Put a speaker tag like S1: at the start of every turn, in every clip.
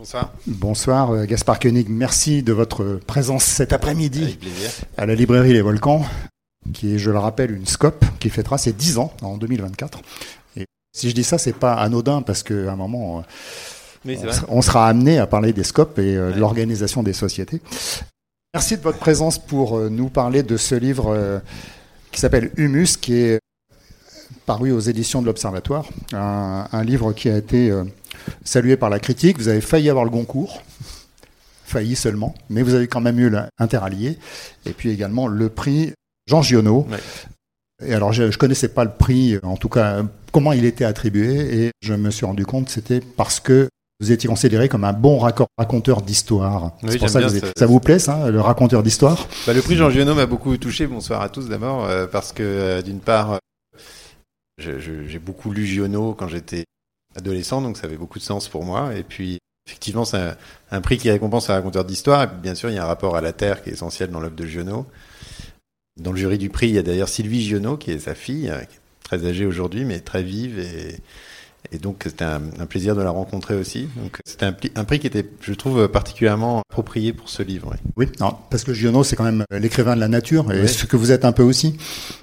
S1: Bonsoir.
S2: Bonsoir, Gaspard Koenig. Merci de votre présence cet après-midi
S1: Avec plaisir.
S2: à la librairie Les Volcans, qui est, je le rappelle, une SCOP qui fêtera ses 10 ans en 2024. Et si je dis ça, c'est pas anodin parce qu'à un moment, on sera amené à parler des SCOP et de l'organisation des sociétés. Merci de votre présence pour nous parler de ce livre qui s'appelle Humus, qui est paru aux éditions de l'Observatoire. Un livre qui a été salué par la critique. Vous avez failli avoir le Goncourt, failli seulement, mais vous avez quand même eu l'Interallié, et puis également le prix Jean Giono. Ouais. Et alors, je ne connaissais pas le prix, en tout cas, comment il était attribué, et je me suis rendu compte que c'était parce que vous étiez considéré comme un bon raconteur d'histoire.
S1: Oui,
S2: c'est pour ça que ça vous plaît, ça, le raconteur d'histoire ?
S1: Le prix Jean Giono m'a beaucoup touché. Bonsoir à tous d'abord, parce que d'une part, j'ai beaucoup lu Giono quand j'étais adolescent, donc ça avait beaucoup de sens pour moi. Et puis, effectivement, c'est un prix qui récompense un raconteur d'histoire. Et puis, bien sûr, il y a un rapport à la terre qui est essentiel dans l'œuvre de Giono. Dans le jury du prix, il y a d'ailleurs Sylvie Giono, qui est sa fille, qui est très âgée aujourd'hui, mais très vive. Et donc, c'était un plaisir de la rencontrer aussi. Donc, c'était un prix qui était, je trouve, particulièrement approprié pour ce livre.
S2: Oui, non, parce que Giono, c'est quand même l'écrivain de la nature, et ce que vous êtes un peu aussi.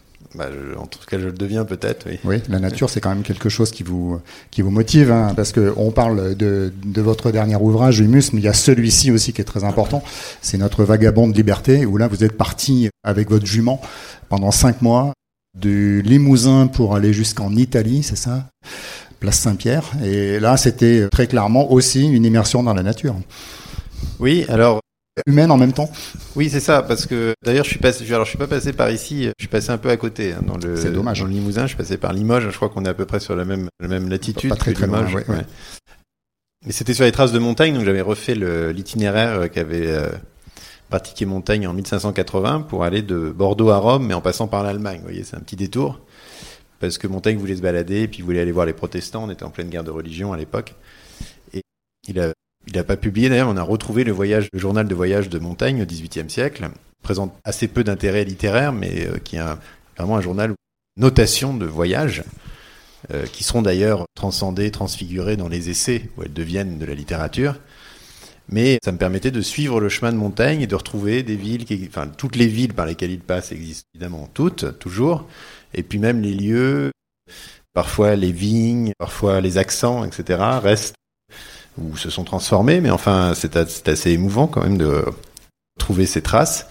S1: En tout cas, je le deviens peut-être, oui.
S2: Oui, la nature, c'est quand même quelque chose qui vous motive, hein, parce que on parle de votre dernier ouvrage, Humus, mais il y a celui-ci aussi qui est très important. C'est notre Vagabond de liberté, où là, vous êtes parti avec votre jument pendant 5 mois, du Limousin pour aller jusqu'en Italie, c'est ça ? Place Saint-Pierre. Et là, c'était très clairement aussi une immersion dans la nature.
S1: Oui, alors...
S2: Humaine en même temps.
S1: Oui, c'est ça, parce que d'ailleurs je suis pas passé par ici, je suis passé un peu à côté
S2: c'est dommage.
S1: Dans le Limousin, je suis passé par Limoges, je crois qu'on est à peu près sur la même latitude.
S2: Pas très
S1: Limoges.
S2: Loin, ouais.
S1: Mais c'était sur les traces de montagne, donc j'avais refait l'itinéraire qu'avait pratiqué Montaigne en 1580 pour aller de Bordeaux à Rome, mais en passant par l'Allemagne. Vous voyez, c'est un petit détour, parce que Montaigne voulait se balader, et puis voulait aller voir les protestants, on était en pleine guerre de religion à l'époque, et il n'a pas publié, d'ailleurs, on a retrouvé le journal de voyage de Montaigne au XVIIIe siècle, présente assez peu d'intérêt littéraire, mais qui est vraiment un journal notation de voyage, qui seront d'ailleurs transcendés, transfigurés dans les essais, où elles deviennent de la littérature. Mais ça me permettait de suivre le chemin de Montaigne et de retrouver des villes, toutes les villes par lesquelles il passe existent évidemment toutes, toujours, et puis même les lieux, parfois les vignes, parfois les accents, etc., restent ou se sont transformés, mais enfin, c'est assez émouvant quand même de trouver ces traces.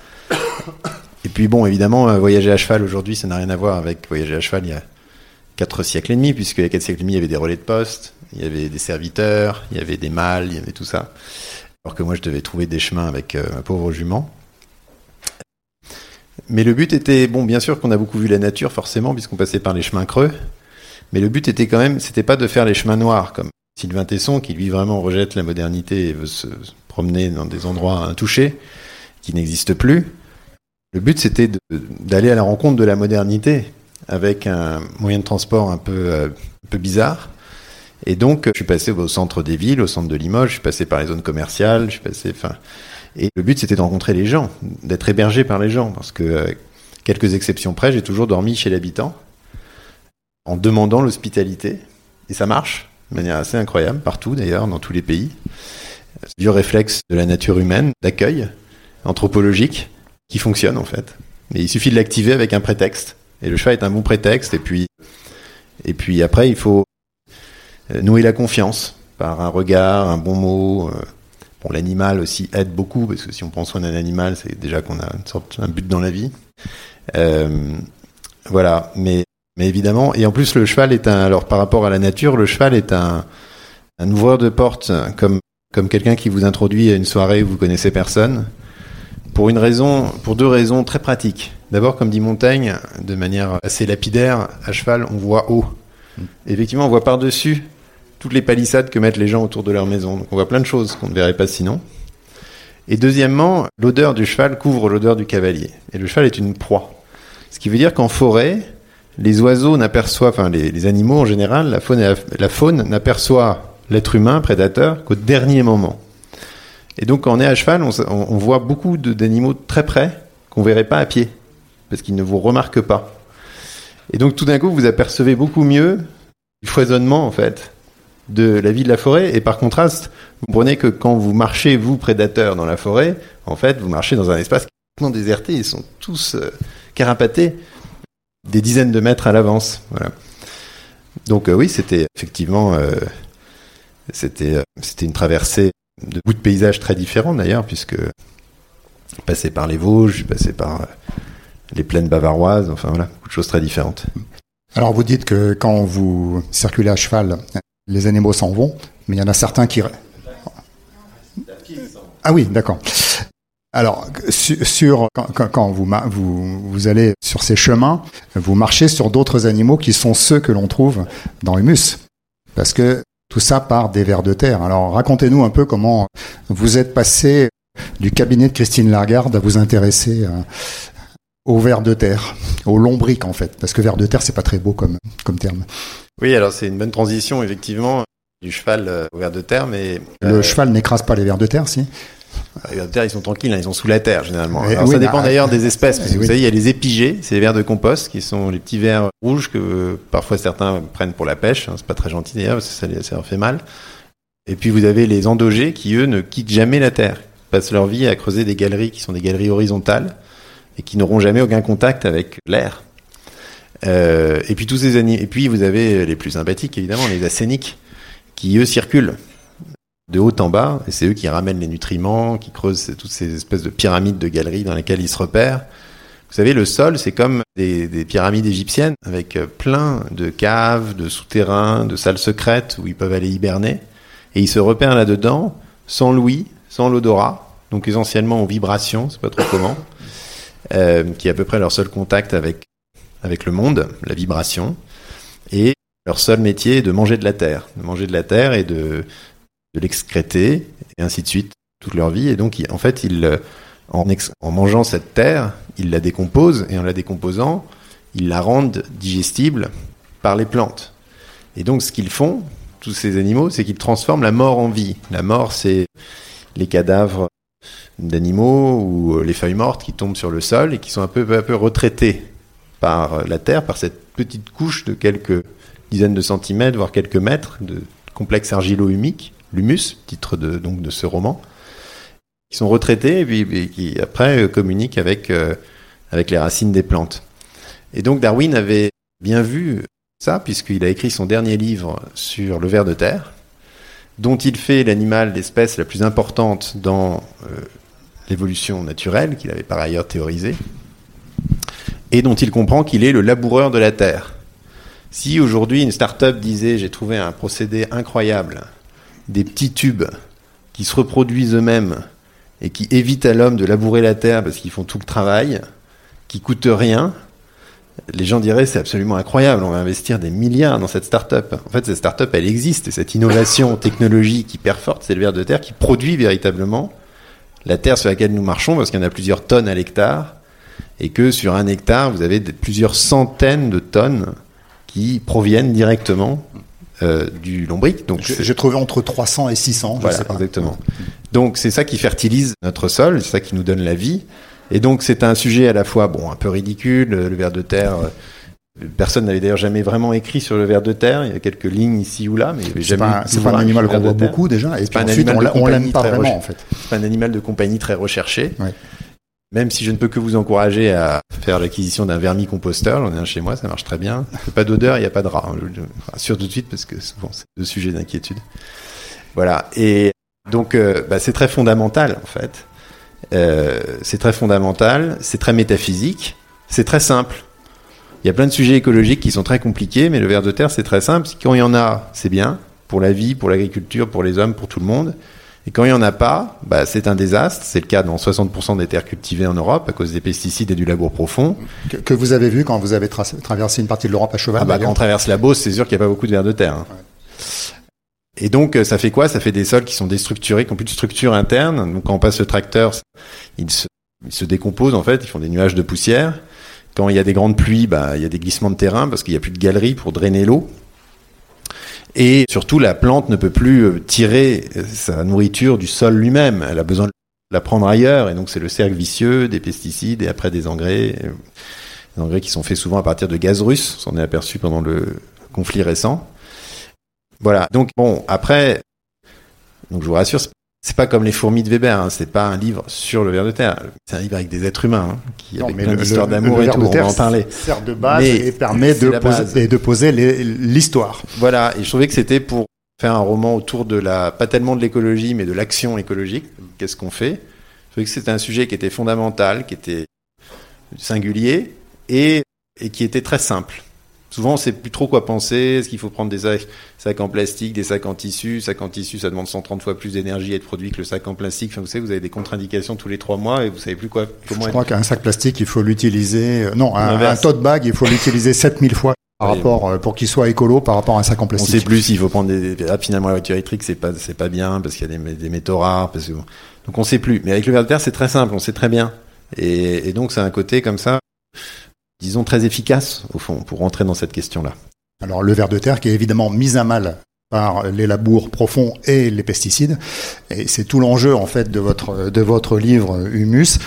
S1: Et puis bon, évidemment, voyager à cheval aujourd'hui, ça n'a rien à voir avec voyager à cheval il y a 4 siècles et demi, puisqu'il y a 4 siècles et demi, il y avait des relais de poste, il y avait des serviteurs, il y avait des malles, il y avait tout ça. Alors que moi, je devais trouver des chemins avec ma pauvre jument. Mais le but était, bon, bien sûr qu'on a beaucoup vu la nature, forcément, puisqu'on passait par les chemins creux, mais le but était quand même, c'était pas de faire les chemins noirs, comme Sylvain Tesson, qui lui vraiment rejette la modernité et veut se promener dans des endroits intouchés, qui n'existent plus. Le but, c'était d'aller à la rencontre de la modernité, avec un moyen de transport un peu bizarre. Et donc, je suis passé au centre des villes, au centre de Limoges, je suis passé par les zones commerciales, et le but, c'était de rencontrer les gens, d'être hébergé par les gens, parce que, quelques exceptions près, j'ai toujours dormi chez l'habitant, en demandant l'hospitalité, et ça marche. De manière assez incroyable, partout d'ailleurs, dans tous les pays. Ce vieux réflexe de la nature humaine, d'accueil anthropologique, qui fonctionne en fait. Mais il suffit de l'activer avec un prétexte. Et le cheval est un bon prétexte. Et puis après, il faut nouer la confiance par un regard, un bon mot. Bon, l'animal aussi aide beaucoup, parce que si on prend soin d'un animal, c'est déjà qu'on a un but dans la vie. Voilà, mais évidemment, et en plus le cheval est alors par rapport à la nature, le cheval est un ouvreur de porte, comme quelqu'un qui vous introduit à une soirée où vous connaissez personne, pour 2 raisons très pratiques. D'abord, comme dit Montaigne, de manière assez lapidaire, à cheval, on voit haut. Effectivement, on voit par-dessus toutes les palissades que mettent les gens autour de leur maison. Donc on voit plein de choses qu'on ne verrait pas sinon. Et deuxièmement, l'odeur du cheval couvre l'odeur du cavalier. Et le cheval est une proie. Ce qui veut dire qu'en forêt, les oiseaux n'aperçoivent, les animaux en général, la faune n'aperçoit l'être humain, prédateur, qu'au dernier moment. Et donc quand on est à cheval, on voit beaucoup d'animaux très près qu'on ne verrait pas à pied, parce qu'ils ne vous remarquent pas. Et donc tout d'un coup, vous apercevez beaucoup mieux du foisonnement en fait de la vie de la forêt. Et par contraste, vous comprenez que quand vous marchez, vous, prédateurs, dans la forêt, en fait, vous marchez dans un espace complètement déserté. Ils sont tous carapatés des dizaines de mètres à l'avance. Voilà. Donc oui, c'était effectivement c'était une traversée de bouts de paysages très différents d'ailleurs, puisque passé par les Vosges, passé par les plaines bavaroises, enfin voilà, beaucoup de choses très différentes.
S2: Alors vous dites que quand vous circulez à cheval, les animaux s'en vont, mais il y en a certains qui... Ah oui, d'accord. Alors, quand vous allez sur ces chemins, vous marchez sur d'autres animaux qui sont ceux que l'on trouve dans Humus. Parce que tout ça part des vers de terre. Alors, racontez-nous un peu comment vous êtes passé du cabinet de Christine Lagarde à vous intéresser aux vers de terre, aux lombriques en fait. Parce que vers de terre, c'est pas très beau comme terme.
S1: Oui, alors c'est une bonne transition, effectivement, du cheval au vers de terre, mais...
S2: Le cheval n'écrase pas les vers de terre, si ?
S1: Les vers de terre, ils sont tranquilles, ils sont sous la terre, généralement. Alors, oui, ça dépend d'ailleurs des espèces, parce que vous savez, il y a les épigées, c'est les vers de compost, qui sont les petits vers rouges que parfois certains prennent pour la pêche, c'est pas très gentil d'ailleurs, parce que ça leur fait mal. Et puis vous avez les endogés, qui eux ne quittent jamais la terre, ils passent leur vie à creuser des galeries qui sont des galeries horizontales, et qui n'auront jamais aucun contact avec l'air. Et puis tous ces animaux, et puis vous avez les plus sympathiques, évidemment, les acéniques, qui eux circulent de haut en bas, et c'est eux qui ramènent les nutriments, qui creusent toutes ces espèces de pyramides de galeries dans lesquelles ils se repèrent. Vous savez, le sol, c'est comme des pyramides égyptiennes, avec plein de caves, de souterrains, de salles secrètes où ils peuvent aller hiberner, et ils se repèrent là-dedans, sans l'ouïe, sans l'odorat, donc essentiellement en vibration, c'est pas trop comment, qui est à peu près leur seul contact avec le monde, la vibration, et leur seul métier est de manger de la terre et de l'excréter, et ainsi de suite, toute leur vie. Et donc, en fait, en mangeant cette terre, ils la décomposent, et en la décomposant, ils la rendent digestible par les plantes. Et donc, ce qu'ils font, tous ces animaux, c'est qu'ils transforment la mort en vie. La mort, c'est les cadavres d'animaux ou les feuilles mortes qui tombent sur le sol et qui sont peu à peu retraitées par la terre, par cette petite couche de quelques dizaines de centimètres, voire quelques mètres de complexe argilo-humique, l'humus, titre de ce roman, qui sont retraités et puis qui après communiquent avec les racines des plantes. Et donc Darwin avait bien vu ça, puisqu'il a écrit son dernier livre sur le ver de terre, dont il fait l'animal d'espèce la plus importante dans l'évolution naturelle, qu'il avait par ailleurs théorisé, et dont il comprend qu'il est le laboureur de la terre. Si aujourd'hui une start-up disait « j'ai trouvé un procédé incroyable », des petits tubes qui se reproduisent eux-mêmes et qui évitent à l'homme de labourer la terre parce qu'ils font tout le travail, qui coûtent rien, les gens diraient c'est absolument incroyable, on va investir des milliards dans cette start-up. En fait, cette start-up, elle existe, et cette innovation technologique hyper forte, c'est le ver de terre qui produit véritablement la terre sur laquelle nous marchons, parce qu'il y en a plusieurs tonnes à l'hectare, et que sur un hectare, vous avez plusieurs centaines de tonnes qui proviennent directement du lombric. Donc
S2: j'ai trouvé entre 300 et 600,
S1: voilà,
S2: je sais pas.
S1: Exactement. Donc c'est ça qui fertilise notre sol, c'est ça qui nous donne la vie. Et donc c'est un sujet à la fois un peu ridicule, le ver de terre. Personne n'avait d'ailleurs jamais vraiment écrit sur le ver de terre. Il y a quelques lignes ici ou là, mais il n'y avait jamais.
S2: C'est pas un animal qu'on voit beaucoup déjà. Et puis ensuite on l'aime pas vraiment en fait.
S1: C'est pas un animal de compagnie très recherché.
S2: Ouais.
S1: Même si je ne peux que vous encourager à faire l'acquisition d'un vermicomposteur, j'en ai un chez moi, ça marche très bien. Il n'y a pas d'odeur, il n'y a pas de rat. Je rassure tout de suite parce que souvent c'est deux sujets d'inquiétude. Voilà. Et donc c'est très fondamental en fait. C'est très fondamental, c'est très métaphysique, c'est très simple. Il y a plein de sujets écologiques qui sont très compliqués, mais le ver de terre c'est très simple. Quand il y en a, c'est bien pour la vie, pour l'agriculture, pour les hommes, pour tout le monde. Et quand il n'y en a pas, c'est un désastre. C'est le cas dans 60% des terres cultivées en Europe à cause des pesticides et du labour profond.
S2: Que vous avez vu quand vous avez traversé une partie de l'Europe à cheval.
S1: Quand on traverse la Beauce, c'est sûr qu'il n'y a pas beaucoup de vers de terre. Hein. Ouais. Et donc, ça fait quoi ? Ça fait des sols qui sont déstructurés, qui n'ont plus de structure interne. Donc, quand on passe le tracteur, ils se décomposent, en fait. Ils font des nuages de poussière. Quand il y a des grandes pluies, il y a des glissements de terrain parce qu'il n'y a plus de galeries pour drainer l'eau. Et surtout, la plante ne peut plus tirer sa nourriture du sol lui-même. Elle a besoin de la prendre ailleurs. Et donc, c'est le cercle vicieux des pesticides et après des engrais. Des engrais qui sont faits souvent à partir de gaz russe. On s'en est aperçu pendant le conflit récent. Voilà. Donc bon, après, donc je vous rassure, c'est pas comme les fourmis de Weber. Hein. C'est pas un livre sur le ver de terre. C'est un livre avec des êtres humains qui avec plein d'histoires d'amour et tout. On va en parler.
S2: Sert de base et permet de poser l'histoire.
S1: Voilà. Et je trouvais que c'était pour faire un roman autour de pas tellement de l'écologie, mais de l'action écologique. Qu'est-ce qu'on fait? Je trouvais que c'était un sujet qui était fondamental, qui était singulier et qui était très simple. Souvent, on ne sait plus trop quoi penser. Est-ce qu'il faut prendre des sacs en plastique, des sacs en tissu? Sacs en tissu, ça demande 130 fois plus d'énergie à être produit que le sac en plastique. Enfin, vous savez, vous avez des contre-indications tous les 3 mois et vous savez plus comment.
S2: Je crois qu'un sac plastique, il faut l'utiliser. Un tote bag, il faut l'utiliser 7000 fois par rapport pour qu'il soit écolo par rapport à un sac en plastique.
S1: On ne sait plus s'il faut prendre finalement la voiture électrique, c'est pas bien parce qu'il y a des métaux rares. Donc on ne sait plus. Mais avec le ver de terre, c'est très simple. On sait très bien. Et donc c'est un côté comme ça, disons très efficace au fond pour rentrer dans cette question-là.
S2: Alors le ver de terre qui est évidemment mis à mal par les labours profonds et les pesticides, et c'est tout l'enjeu en fait de votre livre Humus,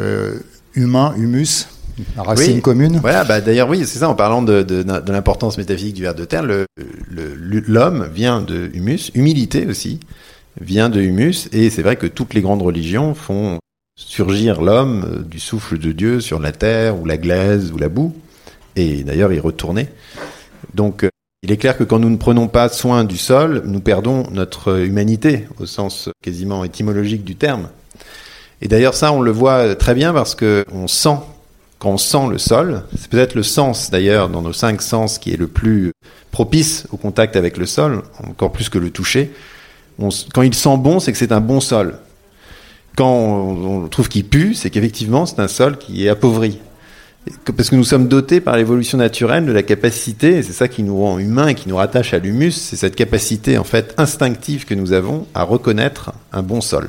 S2: humain, humus, la racine commune.
S1: Voilà, d'ailleurs oui, c'est ça. En parlant de l'importance métaphysique du ver de terre, l'homme vient de humus, humilité aussi vient de humus, et c'est vrai que toutes les grandes religions font surgir l'homme du souffle de Dieu sur la terre, ou la glaise, ou la boue, et d'ailleurs y retourner. Donc il est clair que quand nous ne prenons pas soin du sol, nous perdons notre humanité, au sens quasiment étymologique du terme. Et d'ailleurs ça, on le voit très bien parce que quand on sent le sol, c'est peut-être le sens d'ailleurs, dans nos 5 sens, qui est le plus propice au contact avec le sol, encore plus que le toucher. Quand il sent bon, c'est que c'est un bon sol. Quand on trouve qu'il pue, c'est qu'effectivement, c'est un sol qui est appauvri. Parce que nous sommes dotés par l'évolution naturelle de la capacité, et c'est ça qui nous rend humains et qui nous rattache à l'humus, c'est cette capacité en fait instinctive que nous avons à reconnaître un bon sol.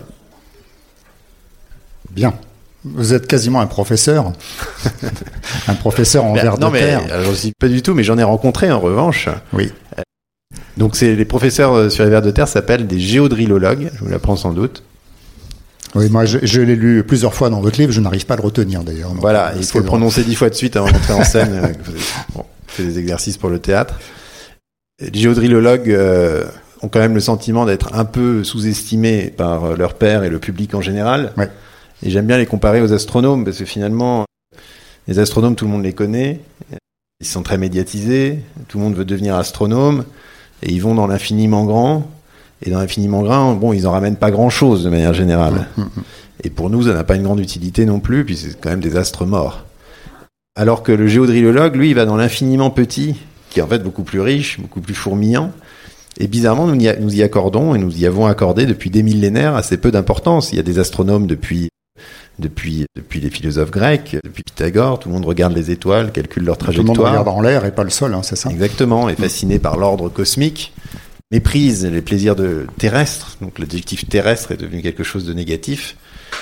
S2: Bien. Vous êtes quasiment un professeur. Un professeur en ver de terre.
S1: Non, mais j'en suis pas du tout, mais j'en ai rencontré en revanche.
S2: Oui.
S1: Donc les professeurs sur les vers de terre s'appellent des géodrilologues, je vous l'apprends sans doute.
S2: Oui, moi je l'ai lu plusieurs fois dans votre livre, je n'arrive pas à le retenir d'ailleurs.
S1: Voilà, il faut le prononcer 10 fois de suite avant d'entrer en scène. On fait des exercices pour le théâtre. Les géodrilologues ont quand même le sentiment d'être un peu sous-estimés par leur pairs et le public en général.
S2: Ouais.
S1: Et j'aime bien les comparer aux astronomes, parce que finalement, les astronomes, tout le monde les connaît, ils sont très médiatisés, tout le monde veut devenir astronome, et ils vont dans l'infiniment grand. Et dans l'infiniment grand, bon, ils en ramènent pas grand-chose de manière générale. Et pour nous, ça n'a pas une grande utilité non plus, puis c'est quand même des astres morts. Alors que le géodrilologue, lui, il va dans l'infiniment petit, qui est en fait beaucoup plus riche, beaucoup plus fourmillant. Et bizarrement, nous y accordons, et nous y avons accordé depuis des millénaires assez peu d'importance. Il y a des astronomes depuis les philosophes grecs, depuis Pythagore, tout le monde regarde les étoiles, calcule leur trajectoire.
S2: Tout le monde regarde en l'air et pas le sol, c'est ça?
S1: Exactement, est fasciné par l'ordre cosmique. Méprise les plaisirs terrestres, donc l'adjectif terrestre est devenu quelque chose de négatif,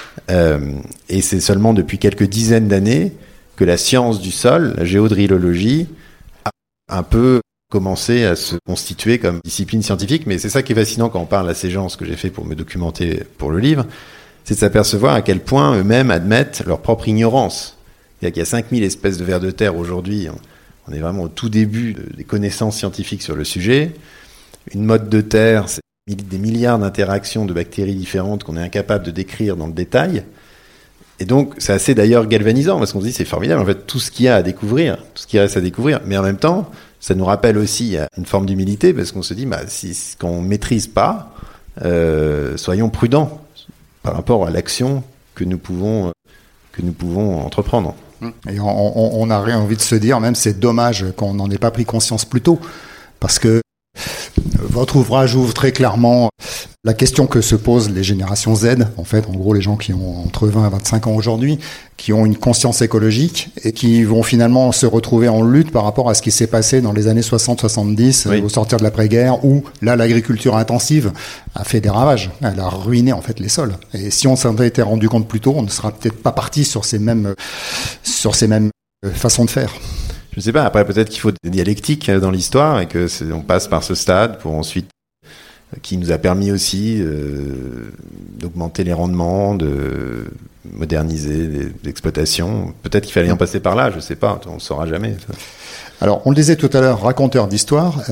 S1: et c'est seulement depuis quelques dizaines d'années que la science du sol, la géodrilologie, a un peu commencé à se constituer comme discipline scientifique, mais c'est ça qui est fascinant quand on parle à ces gens, ce que j'ai fait pour me documenter pour le livre, c'est de s'apercevoir à quel point eux-mêmes admettent leur propre ignorance. Il y a 5000 espèces de vers de terre aujourd'hui, on est vraiment au tout début des connaissances scientifiques sur le sujet. Une motte de terre, c'est des milliards d'interactions de bactéries différentes qu'on est incapable de décrire dans le détail. Et donc, c'est assez d'ailleurs galvanisant, parce qu'on se dit, c'est formidable, en fait, tout ce qu'il y a à découvrir, tout ce qui reste à découvrir. Mais en même temps, ça nous rappelle aussi une forme d'humilité, parce qu'on se dit, si qu'on ne maîtrise pas, soyons prudents par rapport à l'action que nous pouvons entreprendre.
S2: Et on a rien envie de se dire, même c'est dommage qu'on n'en ait pas pris conscience plus tôt, parce que votre ouvrage ouvre très clairement la question que se posent les générations Z, en fait, en gros les gens qui ont entre 20 et 25 ans aujourd'hui, qui ont une conscience écologique et qui vont finalement se retrouver en lutte par rapport à ce qui s'est passé dans les années 60-70, oui. Au sortir de l'après-guerre, où là l'agriculture intensive a fait des ravages, elle a ruiné en fait les sols. Et si on s'en avait été rendu compte plus tôt, on ne sera peut-être pas parti sur ces mêmes façons de faire.
S1: Je ne sais pas, après peut-être qu'il faut des dialectiques dans l'histoire et que on passe par ce stade pour ensuite, qui nous a permis aussi d'augmenter les rendements, de moderniser l'exploitation. Peut-être qu'il fallait en passer par là, je ne sais pas, on ne saura jamais.
S2: Alors, on le disait tout à l'heure, raconteur d'histoire.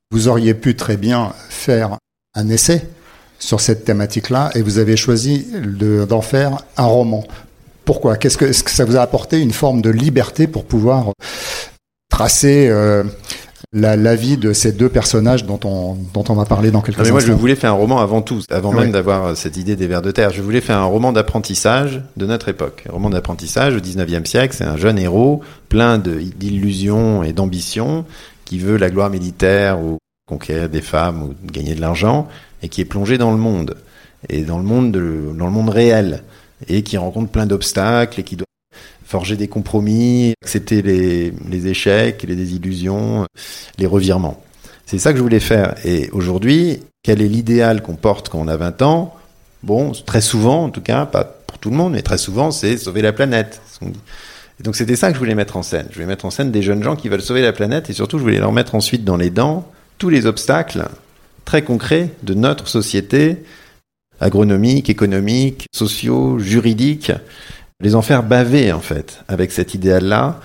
S2: Vous auriez pu très bien faire un essai sur cette thématique-là et vous avez choisi d'en faire un roman. Pourquoi ? Est-ce que ça vous a apporté une forme de liberté pour pouvoir tracer la vie de ces deux personnages dont on va parler dans quelques instants?
S1: Moi, je voulais faire un roman avant tout, même d'avoir cette idée des vers de terre. Je voulais faire un roman d'apprentissage de notre époque. Un roman d'apprentissage au 19e siècle, c'est un jeune héros plein d'illusions et d'ambitions qui veut la gloire militaire ou conquérir des femmes ou gagner de l'argent et qui est plongé dans le monde et dans le monde réel et qui rencontre plein d'obstacles et qui doit forger des compromis, accepter les échecs, les désillusions, les revirements. C'est ça que je voulais faire. Et aujourd'hui, quel est l'idéal qu'on porte quand on a 20 ans ? Bon, très souvent, en tout cas, pas pour tout le monde, mais très souvent, c'est sauver la planète. Et donc c'était ça que je voulais mettre en scène. Je voulais mettre en scène des jeunes gens qui veulent sauver la planète et surtout, je voulais leur mettre ensuite dans les dents tous les obstacles très concrets de notre société, agronomiques, économiques, sociaux, juridiques, les en faire baver en fait avec cet idéal-là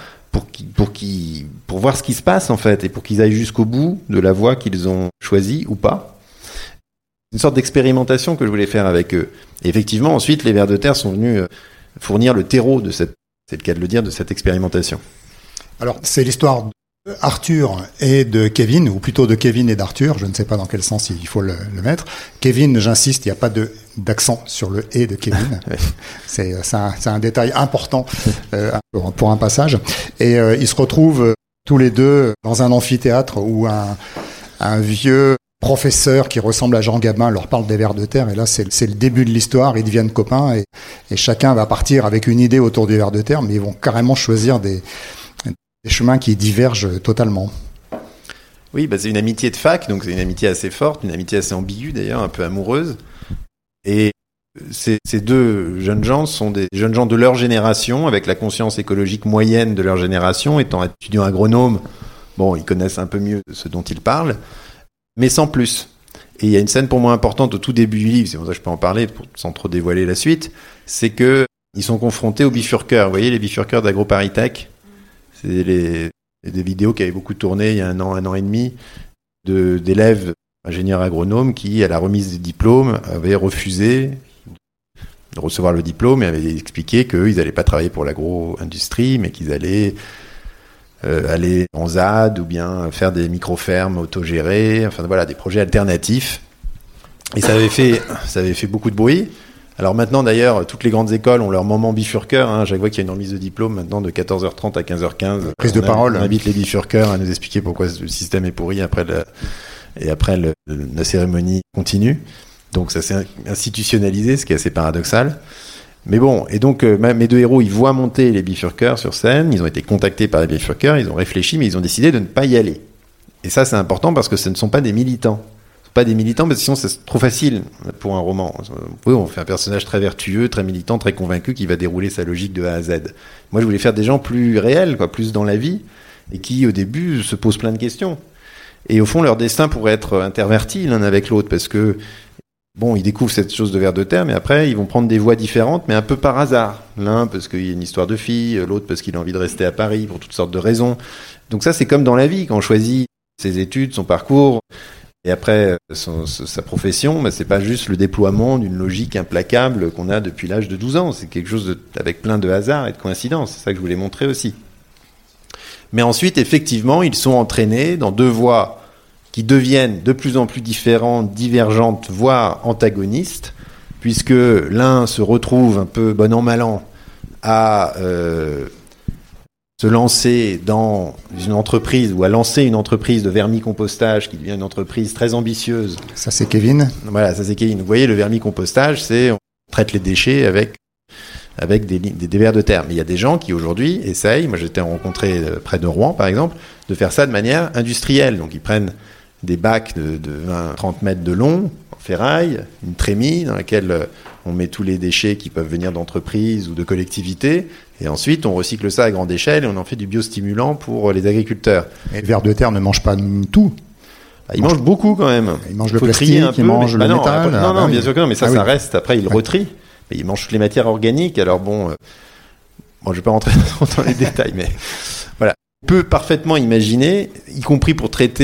S1: pour voir ce qui se passe en fait et pour qu'ils aillent jusqu'au bout de la voie qu'ils ont choisie ou pas. Une sorte d'expérimentation que je voulais faire avec eux. Et effectivement, ensuite, les vers de terre sont venus fournir le terreau de c'est le cas de le dire, de cette expérimentation.
S2: Alors, c'est l'histoire d'Arthur et de Kevin, ou plutôt de Kevin et d'Arthur, je ne sais pas dans quel sens il faut le mettre. Kevin, j'insiste, il n'y a pas d'accent sur le « et » de Kevin. Ouais. C'est un détail important pour un passage. Et ils se retrouvent tous les deux dans un amphithéâtre où un vieux professeur qui ressemble à Jean Gabin leur parle des vers de terre. Et là, c'est le début de l'histoire. Ils deviennent copains et chacun va partir avec une idée autour du vers de terre, mais ils vont carrément choisir des chemins qui divergent totalement.
S1: Oui, c'est une amitié de fac, donc c'est une amitié assez forte, une amitié assez ambiguë d'ailleurs, un peu amoureuse. Et ces deux jeunes gens sont des jeunes gens de leur génération, avec la conscience écologique moyenne de leur génération, étant étudiants agronomes, ils connaissent un peu mieux ce dont ils parlent, mais sans plus. Et il y a une scène pour moi importante au tout début du livre, c'est pour ça que je peux en parler sans trop dévoiler la suite, c'est que ils sont confrontés aux bifurqueurs. Vous voyez les bifurqueurs d'AgroParisTech ? C'est des vidéos qui avaient beaucoup tourné il y a un an et demi, d'élèves ingénieurs agronomes qui, à la remise des diplômes, avaient refusé de recevoir le diplôme et avaient expliqué qu'eux, ils n'allaient pas travailler pour l'agro-industrie, mais qu'ils allaient aller en ZAD ou bien faire des micro-fermes autogérées, des projets alternatifs. Et ça avait fait beaucoup de bruit. Alors maintenant, d'ailleurs, toutes les grandes écoles ont leur moment bifurqueur. Chaque fois qu'il y a une remise de diplôme, maintenant, de 14h30 à 15h15.
S2: Prise de parole.
S1: On invite les bifurqueurs à nous expliquer pourquoi le système est pourri après la cérémonie continue. Donc ça s'est institutionnalisé, ce qui est assez paradoxal. Mais bon, et donc mes deux héros, ils voient monter les bifurqueurs sur scène, ils ont été contactés par les bifurqueurs, ils ont réfléchi, mais ils ont décidé de ne pas y aller. Et ça, c'est important parce que ce ne sont pas des militants. Pas des militants, parce que sinon c'est trop facile pour un roman. Oui, on fait un personnage très vertueux, très militant, très convaincu qui va dérouler sa logique de A à Z. Moi, je voulais faire des gens plus réels, plus dans la vie, et qui, au début, se posent plein de questions. Et au fond, leur destin pourrait être interverti l'un avec l'autre, parce que ils découvrent cette chose de vers de terre, mais après, ils vont prendre des voies différentes, mais un peu par hasard. L'un parce qu'il y a une histoire de fille, l'autre parce qu'il a envie de rester à Paris pour toutes sortes de raisons. Donc ça, c'est comme dans la vie, quand on choisit ses études, son parcours, et après sa profession, c'est pas juste le déploiement d'une logique implacable qu'on a depuis l'âge de 12 ans. C'est quelque chose avec plein de hasards et de coïncidences. C'est ça que je voulais montrer aussi. Mais ensuite, effectivement, ils sont entraînés dans deux voies qui deviennent de plus en plus différentes, divergentes, voire antagonistes, puisque l'un se retrouve un peu bon an mal an à se lancer dans une entreprise ou à lancer une entreprise de vermicompostage qui devient une entreprise très ambitieuse.
S2: Ça, c'est Kevin.
S1: Voilà, ça, c'est Kevin. Vous voyez, le vermicompostage, on traite les déchets avec des vers de terre. Mais il y a des gens qui, aujourd'hui, essayent, moi j'étais rencontré près de Rouen, par exemple, de faire ça de manière industrielle. Donc, ils prennent des bacs de 20-30 mètres de long, en ferraille, une trémie dans laquelle on met tous les déchets qui peuvent venir d'entreprises ou de collectivités, et ensuite on recycle ça à grande échelle et on en fait du biostimulant pour les agriculteurs.
S2: Et le ver de terre ne mange pas tout.
S1: Il mange beaucoup quand même.
S2: Il mange le plastique, il mange le métal.
S1: Non, bien sûr que non, mais ça reste. Après, il retrie. Mais il mange toutes les matières organiques. Alors je ne vais pas rentrer dans les détails, mais voilà. On peut parfaitement imaginer, y compris pour traiter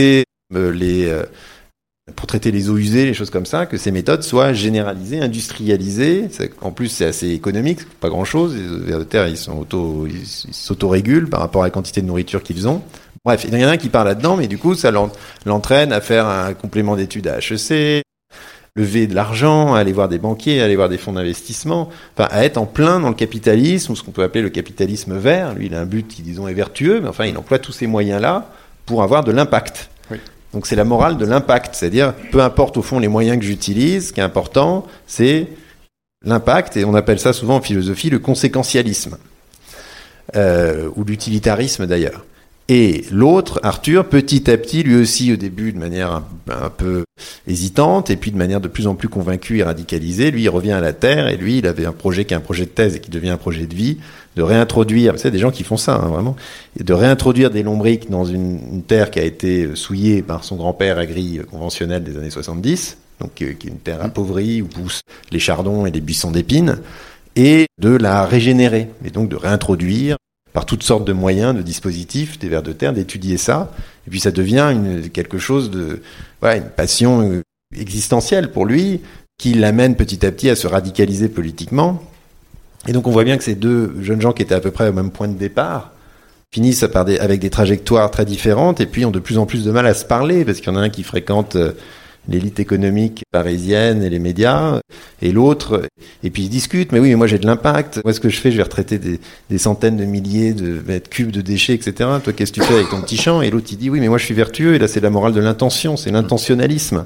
S1: pour traiter les eaux usées, les choses comme ça, que ces méthodes soient généralisées, industrialisées. En plus, c'est assez économique, pas grand-chose. Les vers de terre, ils s'autorégulent par rapport à la quantité de nourriture qu'ils ont. Bref, il y en a un qui part là-dedans, mais du coup, ça l'entraîne à faire un complément d'études à HEC, lever de l'argent, aller voir des banquiers, aller voir des fonds d'investissement, enfin, à être en plein dans le capitalisme, ou ce qu'on peut appeler le capitalisme vert. Lui, il a un but qui, disons, est vertueux, mais enfin, il emploie tous ces moyens-là pour avoir de l'impact. Oui. Donc, c'est la morale de l'impact. C'est-à-dire, peu importe, au fond, les moyens que j'utilise, ce qui est important, c'est l'impact, et on appelle ça souvent en philosophie le conséquentialisme, ou l'utilitarisme d'ailleurs. Et l'autre, Arthur, petit à petit, lui aussi, au début, de manière un peu hésitante, et puis de manière de plus en plus convaincue et radicalisée, lui, il revient à la Terre, et lui, il avait un projet qui est un projet de thèse et qui devient un projet de vie, de réintroduire, vous savez, des gens qui font ça, hein, vraiment, et de réintroduire des lombrics dans une terre qui a été souillée par son grand-père agri conventionnel des années 70, donc qui est une terre appauvrie où poussent les chardons et les buissons d'épines, et de la régénérer, et donc de réintroduire par toutes sortes de moyens, de dispositifs, des vers de terre, d'étudier ça. Et puis ça devient quelque chose de, une passion existentielle pour lui, qui l'amène petit à petit à se radicaliser politiquement. Et donc on voit bien que ces deux jeunes gens qui étaient à peu près au même point de départ finissent avec des trajectoires très différentes et puis ont de plus en plus de mal à se parler, parce qu'il y en a un qui fréquente l'élite économique parisienne et les médias, et l'autre, et puis ils discutent, mais oui, mais moi j'ai de l'impact, moi ce que je fais, je vais retraiter des centaines de milliers de mètres cubes de déchets, etc. Toi, qu'est-ce que tu fais avec ton petit champ? Et l'autre, il dit, oui, mais moi je suis vertueux, et là c'est la morale de l'intention, c'est l'intentionnalisme.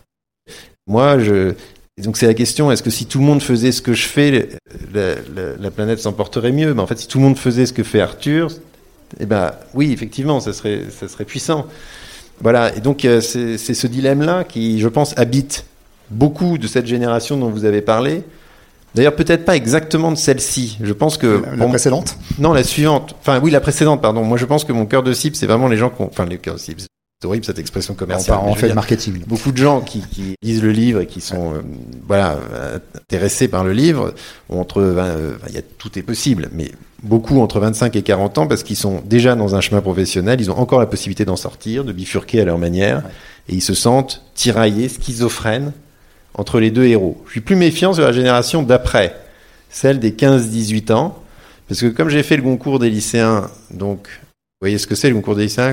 S1: Donc c'est la question, est-ce que si tout le monde faisait ce que je fais, la planète s'en porterait mieux? En fait, si tout le monde faisait ce que fait Arthur, oui, effectivement, ça serait puissant. Voilà, et donc c'est ce dilemme-là qui, je pense, habite beaucoup de cette génération dont vous avez parlé. D'ailleurs, peut-être pas exactement de celle-ci. Je pense que...
S2: La précédente ?
S1: Non, la suivante. Enfin, oui, la précédente, pardon. Moi, je pense que mon cœur de cible, c'est vraiment les gens les cœurs de cible. C'est horrible, cette expression commerciale.
S2: On fait le marketing.
S1: Beaucoup de gens qui lisent le livre et qui sont intéressés par le livre, tout est possible, mais beaucoup entre 25 et 40 ans, parce qu'ils sont déjà dans un chemin professionnel, ils ont encore la possibilité d'en sortir, de bifurquer à leur manière, et ils se sentent tiraillés, schizophrènes, entre les deux héros. Je suis plus méfiant sur la génération d'après, celle des 15-18 ans, parce que comme j'ai fait le concours des lycéens, donc, vous voyez ce que c'est le concours des lycéens,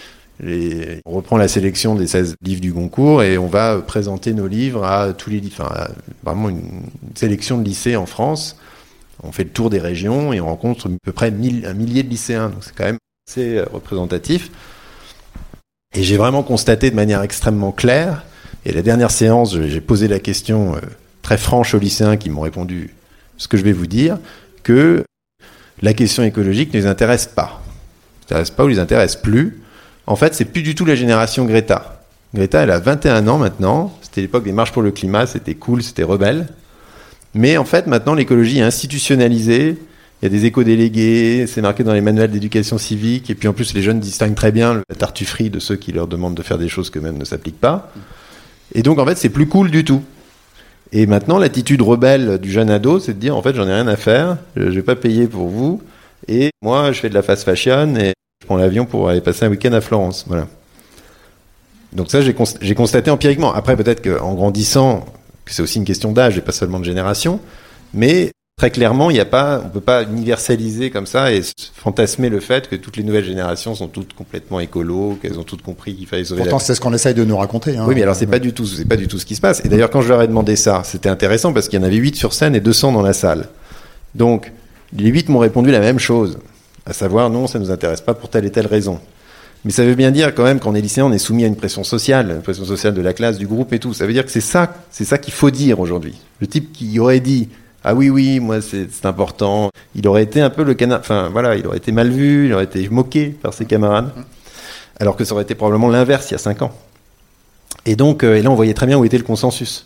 S1: on reprend la sélection des 16 livres du concours et on va présenter nos livres à tous les livres, vraiment une sélection de lycées en France. On fait le tour des régions et on rencontre à peu près un millier de lycéens, donc c'est quand même assez représentatif. Et j'ai vraiment constaté de manière extrêmement claire, et la dernière séance, j'ai posé la question très franche aux lycéens qui m'ont répondu ce que je vais vous dire, que la question écologique ne les intéresse pas. Ne les intéresse pas ou les intéresse plus. En fait, c'est plus du tout la génération Greta. Greta, elle a 21 ans maintenant. C'était l'époque des marches pour le climat, c'était cool, c'était rebelle. Mais en fait, maintenant, l'écologie est institutionnalisée. Il y a des éco-délégués, c'est marqué dans les manuels d'éducation civique. Et puis en plus, les jeunes distinguent très bien la tartufferie de ceux qui leur demandent de faire des choses qu'eux-mêmes ne s'appliquent pas. Et donc, en fait, c'est plus cool du tout. Et maintenant, l'attitude rebelle du jeune ado, c'est de dire, en fait, j'en ai rien à faire, je vais pas payer pour vous. Et moi, je fais de la fast fashion et je prends l'avion pour aller passer un week-end à Florence. Voilà. Donc ça, j'ai constaté empiriquement. Après, peut-être qu'en grandissant, c'est aussi une question d'âge et pas seulement de génération, mais très clairement, on peut pas universaliser comme ça et fantasmer le fait que toutes les nouvelles générations sont toutes complètement écolo, qu'elles ont toutes compris qu'il fallait sauver
S2: Pourtant, c'est ce qu'on essaye de nous raconter.
S1: Oui, mais alors c'est pas du tout ce qui se passe. Et d'ailleurs, quand je leur ai demandé ça, c'était intéressant parce qu'il y en avait 8 sur scène et 200 dans la salle. Donc, les 8 m'ont répondu la même chose. À savoir, non, ça ne nous intéresse pas pour telle et telle raison. Mais ça veut bien dire quand même qu'en est lycéen, on est soumis à une pression sociale de la classe, du groupe et tout. Ça veut dire que c'est ça qu'il faut dire aujourd'hui. Le type qui aurait dit, ah oui, moi c'est important, il aurait été un peu le canard, il aurait été mal vu, il aurait été moqué par ses camarades, alors que ça aurait été probablement l'inverse il y a 5 ans. Et donc, là on voyait très bien où était le consensus.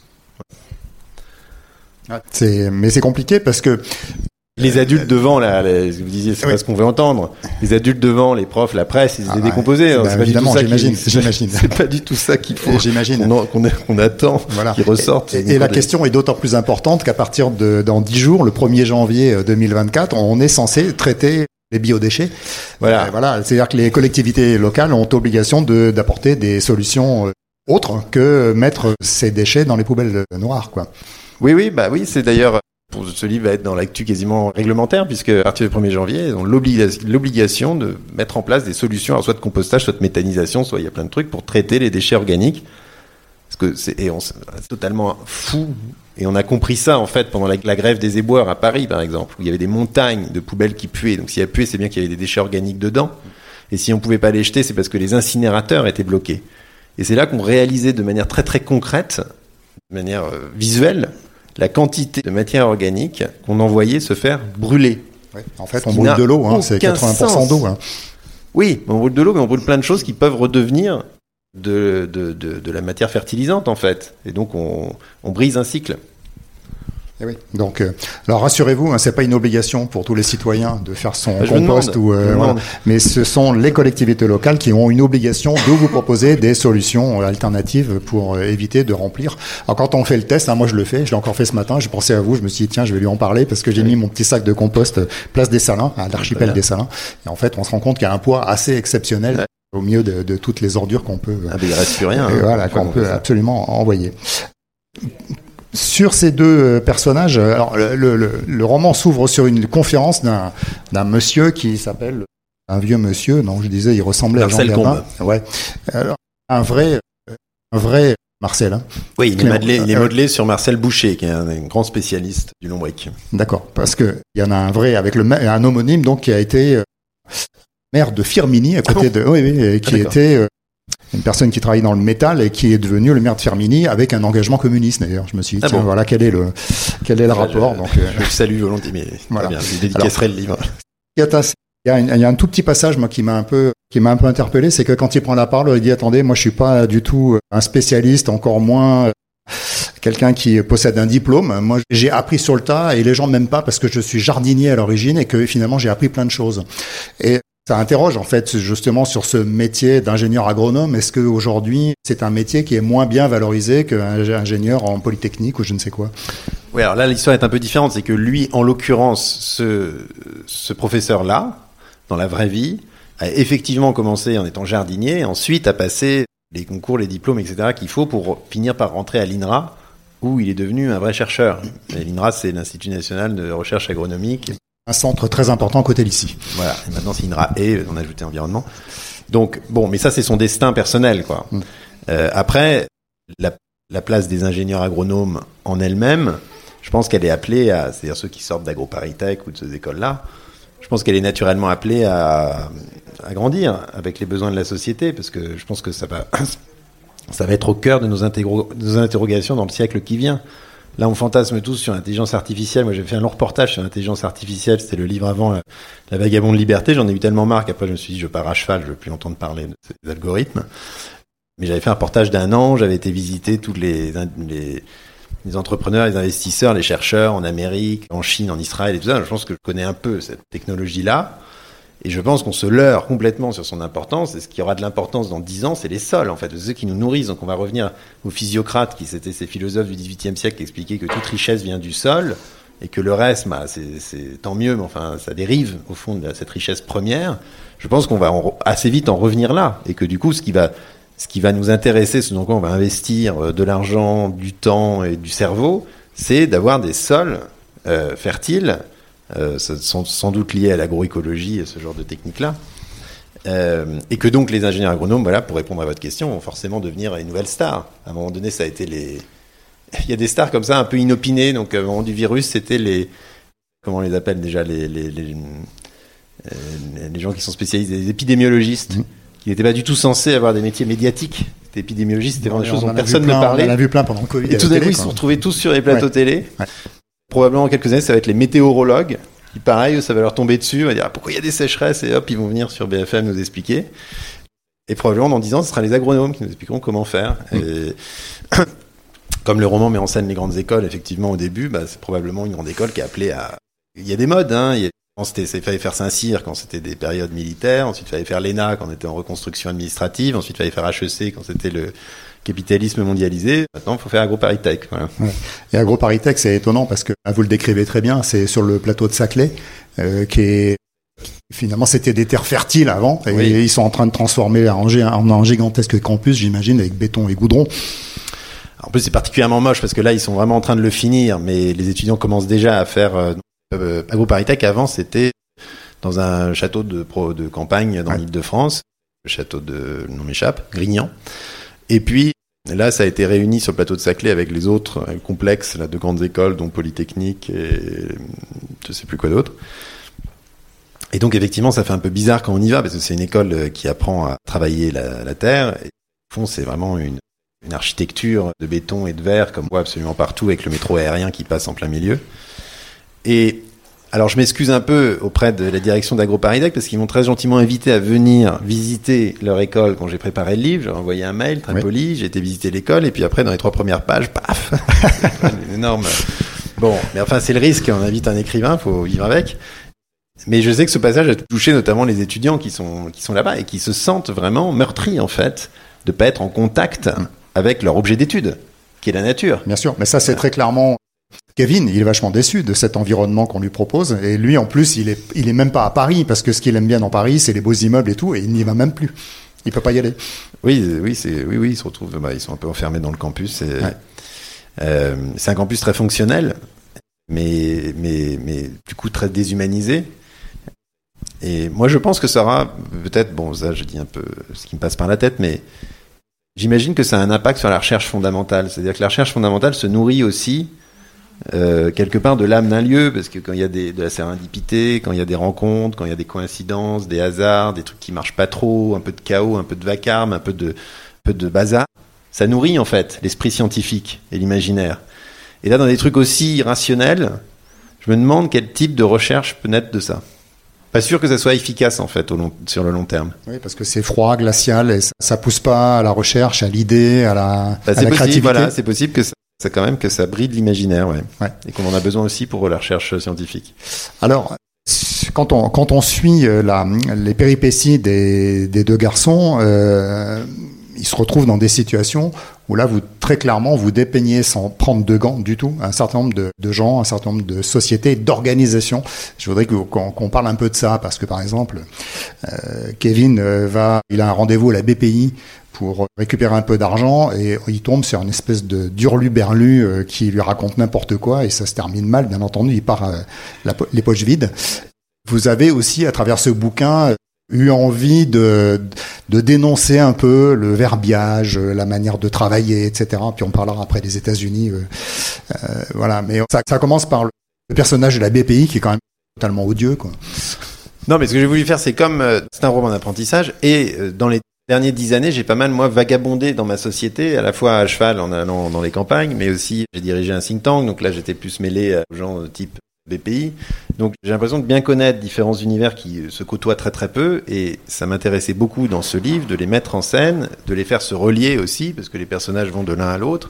S2: Mais c'est compliqué parce que
S1: les adultes devant, vous disiez, c'est pas ce qu'on veut entendre. Les adultes devant, les profs, la presse, ils étaient décomposés.
S2: C'est pas évidemment, j'imagine.
S1: C'est pas du tout ça qu'il faut.
S2: J'imagine.
S1: Qu'on attend, qu'ils ressortent.
S2: Et la question est d'autant plus importante qu'à partir dans 10 jours, le 1er janvier 2024, on est censé traiter les biodéchets.
S1: Voilà.
S2: C'est-à-dire que les collectivités locales ont obligation d'apporter des solutions autres que mettre ces déchets dans les poubelles noires, quoi.
S1: Oui, c'est d'ailleurs, ce livre va être dans l'actu quasiment réglementaire, puisque à partir du 1er janvier, ils ont l'obligation de mettre en place des solutions, alors soit de compostage, soit de méthanisation, soit il y a plein de trucs pour traiter les déchets organiques. Parce que c'est totalement fou. Et on a compris ça, en fait, pendant la grève des éboueurs à Paris, par exemple, où il y avait des montagnes de poubelles qui puaient. Donc, s'il y a pué, c'est bien qu'il y avait des déchets organiques dedans. Et si on pouvait pas les jeter, c'est parce que les incinérateurs étaient bloqués. Et c'est là qu'on réalisait de manière très, très concrète, de manière visuelle, la quantité de matière organique qu'on envoyait se faire brûler.
S2: Ouais. En fait, on brûle de l'eau, hein, c'est 80% d'eau. Hein.
S1: Oui, on brûle de l'eau, mais on brûle plein de choses qui peuvent redevenir de la matière fertilisante, en fait. Et donc, on brise un cycle.
S2: Et oui. Donc, alors rassurez-vous, hein, c'est pas une obligation pour tous les citoyens de faire son compost voilà. Mais ce sont les collectivités locales qui ont une obligation de vous proposer des solutions alternatives pour éviter de remplir. Alors quand on fait le test, hein, moi je le fais, je l'ai encore fait ce matin, j'ai pensé à vous, je me suis dit tiens, je vais lui en parler parce que j'ai mis mon petit sac de compost place des Salins, à l'archipel des Salins, et en fait on se rend compte qu'il y a un poids assez exceptionnel au milieu de toutes les ordures qu'on peut.
S1: Il reste plus rien.
S2: Voilà, qu'on peut absolument envoyer. Sur ces deux personnages, alors le roman s'ouvre sur une conférence d'un monsieur qui s'appelle un vieux monsieur. Non, je disais, il ressemblait
S1: Marcel
S2: à Jean Gabin. Ouais. Alors, un vrai Marcel. Hein.
S1: Oui, il est modelé sur Marcel Boucher, qui est un grand spécialiste du lombric.
S2: D'accord, parce que il y en a un vrai avec un homonyme donc qui a été maire de Firminy à côté de, qui était une personne qui travaille dans le métal et qui est devenu le maire de Firminy avec un engagement communiste d'ailleurs. Je me suis dit, tiens, voilà, quel est le rapport. Donc,
S1: je le salue volontiers, mais voilà. Bien, je dédicacerai le livre.
S2: Il y a un tout petit passage, moi, qui m'a un peu interpellé, c'est que quand il prend la parole, il dit, attendez, moi, je suis pas du tout un spécialiste, encore moins quelqu'un qui possède un diplôme. Moi, j'ai appris sur le tas et les gens m'aiment pas parce que je suis jardinier à l'origine et que finalement, j'ai appris plein de choses. Et ça interroge en fait justement sur ce métier d'ingénieur agronome. Est-ce qu'aujourd'hui c'est un métier qui est moins bien valorisé qu'un ingénieur en polytechnique ou je ne sais quoi?
S1: Oui, alors là l'histoire est un peu différente. C'est que lui, en l'occurrence, ce professeur-là, dans la vraie vie, a effectivement commencé en étant jardinier, ensuite a passé les concours, les diplômes, etc. qu'il faut pour finir par rentrer à l'INRA, où il est devenu un vrai chercheur. Et l'INRA, c'est l'Institut national de recherche agronomique.
S2: Un centre très important côté lycée.
S1: Voilà, et maintenant c'est INRA et on a ajouté environnement. Donc bon, mais ça c'est son destin personnel, quoi. Après, la place des ingénieurs agronomes en elle-même, je pense qu'elle est appelée à, c'est-à-dire ceux qui sortent d'AgroParisTech ou de ces écoles-là, je pense qu'elle est naturellement appelée à grandir avec les besoins de la société, parce que je pense que ça va être au cœur de nos interrogations dans le siècle qui vient. Là, on fantasme tous sur l'intelligence artificielle. Moi, j'ai fait un long reportage sur l'intelligence artificielle. C'était le livre avant La Vagabonde Liberté. J'en ai eu tellement marre qu'après, je me suis dit, je pars à cheval, je veux plus entendre parler de ces algorithmes. Mais j'avais fait un reportage d'1 an. J'avais été visiter tous les entrepreneurs, les investisseurs, les chercheurs en Amérique, en Chine, en Israël et tout ça. Je pense que je connais un peu cette technologie-là. Et je pense qu'on se leurre complètement sur son importance. Et ce qui aura de l'importance dans 10 ans, c'est les sols, en fait. C'est ceux qui nous nourrissent. Donc, on va revenir aux physiocrates, qui c'était ces philosophes du XVIIIe siècle qui expliquaient que toute richesse vient du sol et que le reste, c'est tant mieux, mais enfin, ça dérive, au fond, de cette richesse première. Je pense qu'on va assez vite en revenir là. Et que du coup, ce qui va nous intéresser, ce dans quoi on va investir de l'argent, du temps et du cerveau, c'est d'avoir des sols fertiles, sans doute liés à l'agroécologie et ce genre de techniques-là. Et que donc les ingénieurs agronomes, voilà, pour répondre à votre question, vont forcément devenir les nouvelles stars. À un moment donné, ça a été il y a des stars comme ça, un peu inopinées. Donc, au moment du virus, c'était comment on les appelle déjà, les gens qui sont spécialisés, les épidémiologistes, qui n'étaient pas du tout censés avoir des métiers médiatiques. C'était épidémiologiste, c'était vraiment des choses dont personne ne parlait.
S2: On en a vu plein pendant le Covid.
S1: Et tout d'un coup, ils se sont retrouvés tous sur les plateaux télé. Ouais. Probablement en quelques années, ça va être les météorologues, qui pareil, ça va leur tomber dessus, on va dire pourquoi il y a des sécheresses, et hop, ils vont venir sur BFM nous expliquer. Et probablement dans 10 ans, ce sera les agronomes qui nous expliqueront comment faire. Et comme le roman met en scène les grandes écoles, effectivement, au début, c'est probablement une grande école qui est appelée à... Il y a des modes, hein. Il fallait faire Saint-Cyr quand c'était des périodes militaires, ensuite il fallait faire l'ENA quand on était en reconstruction administrative, ensuite il fallait faire HEC quand c'était le capitalisme mondialisé. Maintenant, il faut faire AgroParisTech. Voilà.
S2: Ouais. Et AgroParisTech, c'est étonnant parce que vous le décrivez très bien. C'est sur le plateau de Saclay, qui est Finalement, c'était des terres fertiles avant, et
S1: oui.
S2: ils sont en train de transformer en un gigantesque campus, j'imagine, avec béton et goudron.
S1: En plus, c'est particulièrement moche parce que là, ils sont vraiment en train de le finir, mais les étudiants commencent déjà à faire AgroParisTech. Avant, c'était dans un château de campagne dans l'Île-de-France, le château le nom m'échappe, Grignan. Et puis là, ça a été réuni sur le plateau de Saclay avec les autres complexes là, de grandes écoles, dont Polytechnique et je sais plus quoi d'autre. Et donc effectivement, ça fait un peu bizarre quand on y va parce que c'est une école qui apprend à travailler la terre. Et au fond, c'est vraiment une architecture de béton et de verre comme on voit absolument partout avec le métro aérien qui passe en plein milieu. Et alors je m'excuse un peu auprès de la direction d'AgroParisTech parce qu'ils m'ont très gentiment invité à venir visiter leur école quand j'ai préparé le livre. J'ai envoyé un mail très poli, j'ai été visiter l'école et puis après dans les 3 premières pages, paf, une énorme. Bon, mais enfin c'est le risque. On invite un écrivain, faut vivre avec. Mais je sais que ce passage a touché notamment les étudiants qui sont là-bas et qui se sentent vraiment meurtris en fait de pas être en contact avec leur objet d'étude, qui est la nature.
S2: Bien sûr, mais ça c'est très clairement. Kevin, il est vachement déçu de cet environnement qu'on lui propose. Et lui, en plus, il est même pas à Paris, parce que ce qu'il aime bien dans Paris, c'est les beaux immeubles et tout, et il n'y va même plus. Il peut pas y aller.
S1: Oui, ils se retrouvent, ils sont un peu enfermés dans le campus. C'est un campus très fonctionnel, mais du coup très déshumanisé. Et moi, je pense que ça aura peut-être, bon, ça, je dis un peu ce qui me passe par la tête, mais j'imagine que ça a un impact sur la recherche fondamentale. C'est-à-dire que la recherche fondamentale se nourrit aussi quelque part de l'âme d'un lieu, parce que quand il y a de la sérendipité, quand il y a des rencontres, quand il y a des coïncidences, des hasards, des trucs qui marchent pas trop, un peu de chaos, un peu de vacarme, un peu de bazar, ça nourrit en fait l'esprit scientifique et l'imaginaire. Et là, dans des trucs aussi rationnels, je me demande quel type de recherche peut naître de ça. Pas sûr que ça soit efficace en fait sur le long terme.
S2: Oui, parce que c'est froid, glacial, et ça pousse pas à la recherche, à l'idée, à la créativité.
S1: Voilà, c'est possible que ça quand même que ça bride l'imaginaire, et qu'on en a besoin aussi pour la recherche scientifique.
S2: Alors, quand on suit les péripéties des 2 garçons, ils se retrouvent dans des situations où là, très clairement, vous dépeignez sans prendre de gants du tout un certain nombre de gens, un certain nombre de sociétés, d'organisations. Je voudrais qu'on parle un peu de ça, parce que par exemple, Kevin il a un rendez-vous à la BPI pour récupérer un peu d'argent, et il tombe sur une espèce de d'hurluberlu qui lui raconte n'importe quoi, et ça se termine mal, bien entendu, il part les poches vides. Vous avez aussi, à travers ce bouquin, eu envie de dénoncer un peu le verbiage, la manière de travailler, etc. Puis on parlera après des États-Unis. Voilà, mais ça commence par le personnage de la BPI qui est quand même totalement odieux, quoi.
S1: Non, mais ce que j'ai voulu faire, c'est comme c'est un roman d'apprentissage, et dans les dernières 10 années, j'ai pas mal, moi, vagabondé dans ma société, à la fois à cheval en allant dans les campagnes, mais aussi j'ai dirigé un think tank, donc là j'étais plus mêlé aux gens type BPI. Donc j'ai l'impression de bien connaître différents univers qui se côtoient très très peu, et ça m'intéressait beaucoup dans ce livre de les mettre en scène, de les faire se relier aussi, parce que les personnages vont de l'un à l'autre,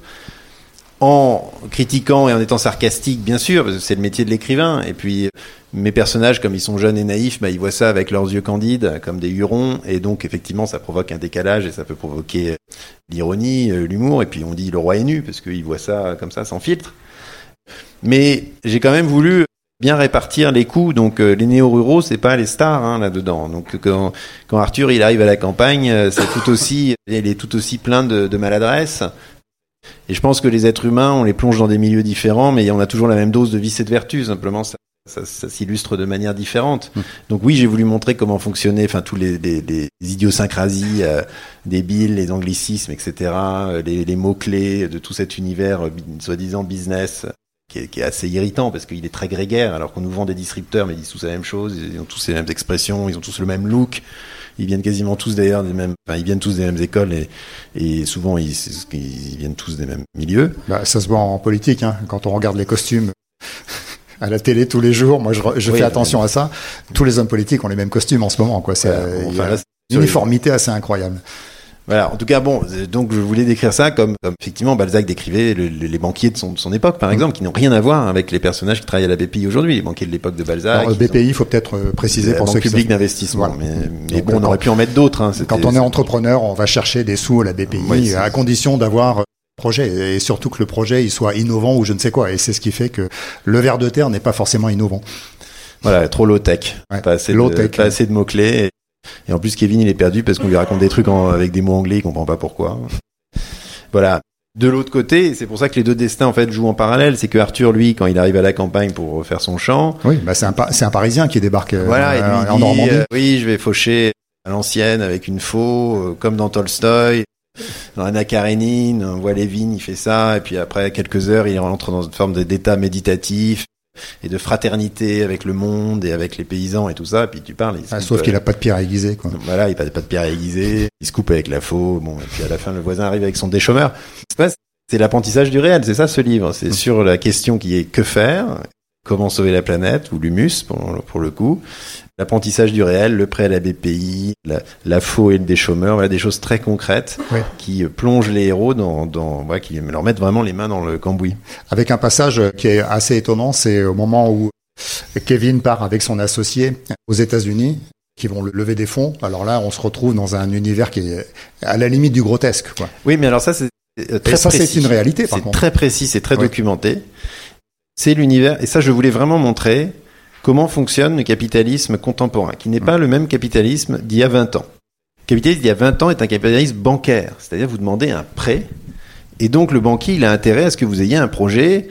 S1: en critiquant et en étant sarcastique, bien sûr, parce que c'est le métier de l'écrivain. Et puis mes personnages, comme ils sont jeunes et naïfs, ils voient ça avec leurs yeux candides, comme des hurons, et donc effectivement ça provoque un décalage, et ça peut provoquer l'ironie, l'humour, et puis on dit le roi est nu, parce qu'ils voient ça comme ça, sans filtre. Mais j'ai quand même voulu bien répartir les coups, donc les néo-ruraux, c'est pas les stars là-dedans. Donc quand Arthur il arrive à la campagne, il est tout aussi plein de maladresse. Et je pense que les êtres humains, on les plonge dans des milieux différents, mais on a toujours la même dose de vice et de vertu, simplement ça s'illustre de manière différente. Donc oui, j'ai voulu montrer comment fonctionnaient tous les idiosyncrasies débiles, les anglicismes, etc., les mots-clés de tout cet univers soi-disant business, qui est assez irritant parce qu'il est très grégaire, alors qu'on nous vend des disrupteurs, mais ils disent tous la même chose, ils ont tous les mêmes expressions, ils ont tous le même look. Ils viennent quasiment tous d'ailleurs ils viennent tous des mêmes écoles, et souvent ils viennent tous des mêmes milieux.
S2: Ça se voit en politique, quand on regarde les costumes à la télé tous les jours. Moi, je fais attention à ça. Tous les hommes politiques ont les mêmes costumes en ce moment, quoi. C'est une uniformité assez incroyable.
S1: Voilà, en tout cas, donc je voulais décrire ça comme effectivement Balzac décrivait les banquiers de son époque, par exemple, qui n'ont rien à voir avec les personnages qui travaillent à la BPI aujourd'hui, les banquiers de l'époque de Balzac.
S2: Alors, BPI, il faut peut-être préciser pour ceux qui
S1: public d'investissement, voilà. Mais on aurait pu en mettre d'autres.
S2: Quand on est entrepreneur, on va chercher des sous à la BPI, à condition d'avoir projet, et surtout que le projet il soit innovant ou je ne sais quoi, et c'est ce qui fait que le ver de terre n'est pas forcément innovant.
S1: Voilà, trop low-tech.
S2: Ouais,
S1: pas assez de mots-clés. Et en plus, Kevin, il est perdu parce qu'on lui raconte des trucs avec des mots anglais, il comprend pas pourquoi. Voilà. De l'autre côté, c'est pour ça que les deux destins en fait jouent en parallèle. C'est que Arthur, lui, quand il arrive à la campagne pour faire son chant,
S2: oui, bah c'est un Parisien qui débarque
S1: voilà,
S2: en Normandie.
S1: Oui, je vais faucher à l'ancienne avec une faux, comme dans Tolstoï. Dans Anna Karénine, on voit Lévin, il fait ça, et puis après quelques heures, il rentre dans une forme d'état méditatif et de fraternité avec le monde et avec les paysans et tout ça. Et puis tu parles.
S2: Sauf qu'il a pas de pierre aiguisée, quoi.
S1: Voilà, il n'a pas de pierre aiguisée. Il se coupe avec la faux. Bon, et puis à la fin, le voisin arrive avec son déchômeur. C'est l'apprentissage du réel. C'est ça, ce livre. C'est sur la question qui est que faire, comment sauver la planète ou l'humus pour le coup. L'apprentissage du réel, le prêt à la BPI, la faux et le déchômeur, voilà des choses très concrètes qui plongent les héros qui leur mettent vraiment les mains dans le cambouis.
S2: Avec un passage qui est assez étonnant, c'est au moment où Kevin part avec son associé aux États-Unis, qui vont lever des fonds. Alors là, on se retrouve dans un univers qui est à la limite du grotesque, quoi.
S1: Oui, mais alors ça, c'est très précis.
S2: C'est une réalité, par contre.
S1: C'est très précis, c'est très documenté. C'est l'univers, et ça, je voulais vraiment montrer comment fonctionne le capitalisme contemporain, qui n'est pas le même capitalisme d'il y a 20 ans. Le capitalisme d'il y a 20 ans est un capitalisme bancaire, c'est-à-dire vous demandez un prêt, et donc le banquier, il a intérêt à ce que vous ayez un projet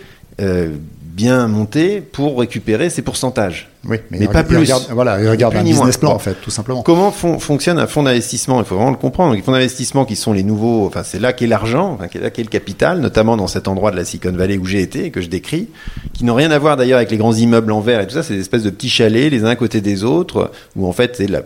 S1: bien monté pour récupérer ses pourcentages.
S2: Oui,
S1: mais pas plus.
S2: Il regarde un business plan, en fait, tout simplement.
S1: Comment fonctionne un fonds d'investissement ? Il faut vraiment le comprendre. Les fonds d'investissement qui sont les nouveaux, enfin, c'est là qu'est l'argent, c'est là qu'est le capital, notamment dans cet endroit de la Silicon Valley où j'ai été et que je décris, qui n'ont rien à voir d'ailleurs avec les grands immeubles en verre et tout ça. C'est des espèces de petits chalets les uns à côté des autres, où en fait c'est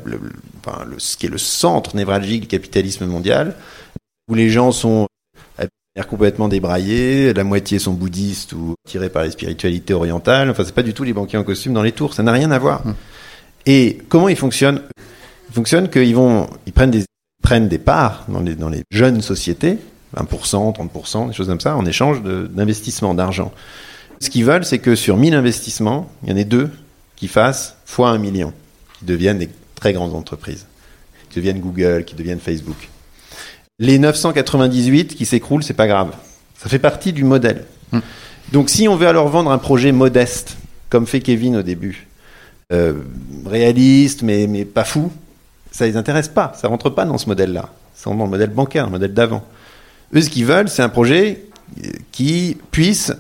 S1: ce qui est le centre névralgique du capitalisme mondial, où les gens sont complètement débraillés, la moitié sont bouddhistes ou tirés par les spiritualités orientales. Enfin, c'est pas du tout les banquiers en costume dans les tours, ça n'a rien à voir. Et comment ils fonctionnent ? Ils fonctionnent qu'ils prennent des parts dans les jeunes sociétés, 20%, 30%, des choses comme ça, en échange d'investissement, d'argent. Ce qu'ils veulent, c'est que sur 1000 investissements, il y en ait 2 qui fassent fois 1 million, qui deviennent des très grandes entreprises, qui deviennent Google, qui deviennent Facebook. Les 998 qui s'écroulent, c'est pas grave. Ça fait partie du modèle. Donc, si on veut leur vendre un projet modeste, comme fait Kevin au début, réaliste, mais pas fou, ça les intéresse pas. Ça rentre pas dans ce modèle-là. Ça rentre dans le modèle bancaire, le modèle d'avant. Eux, ce qu'ils veulent, c'est un projet qui puisse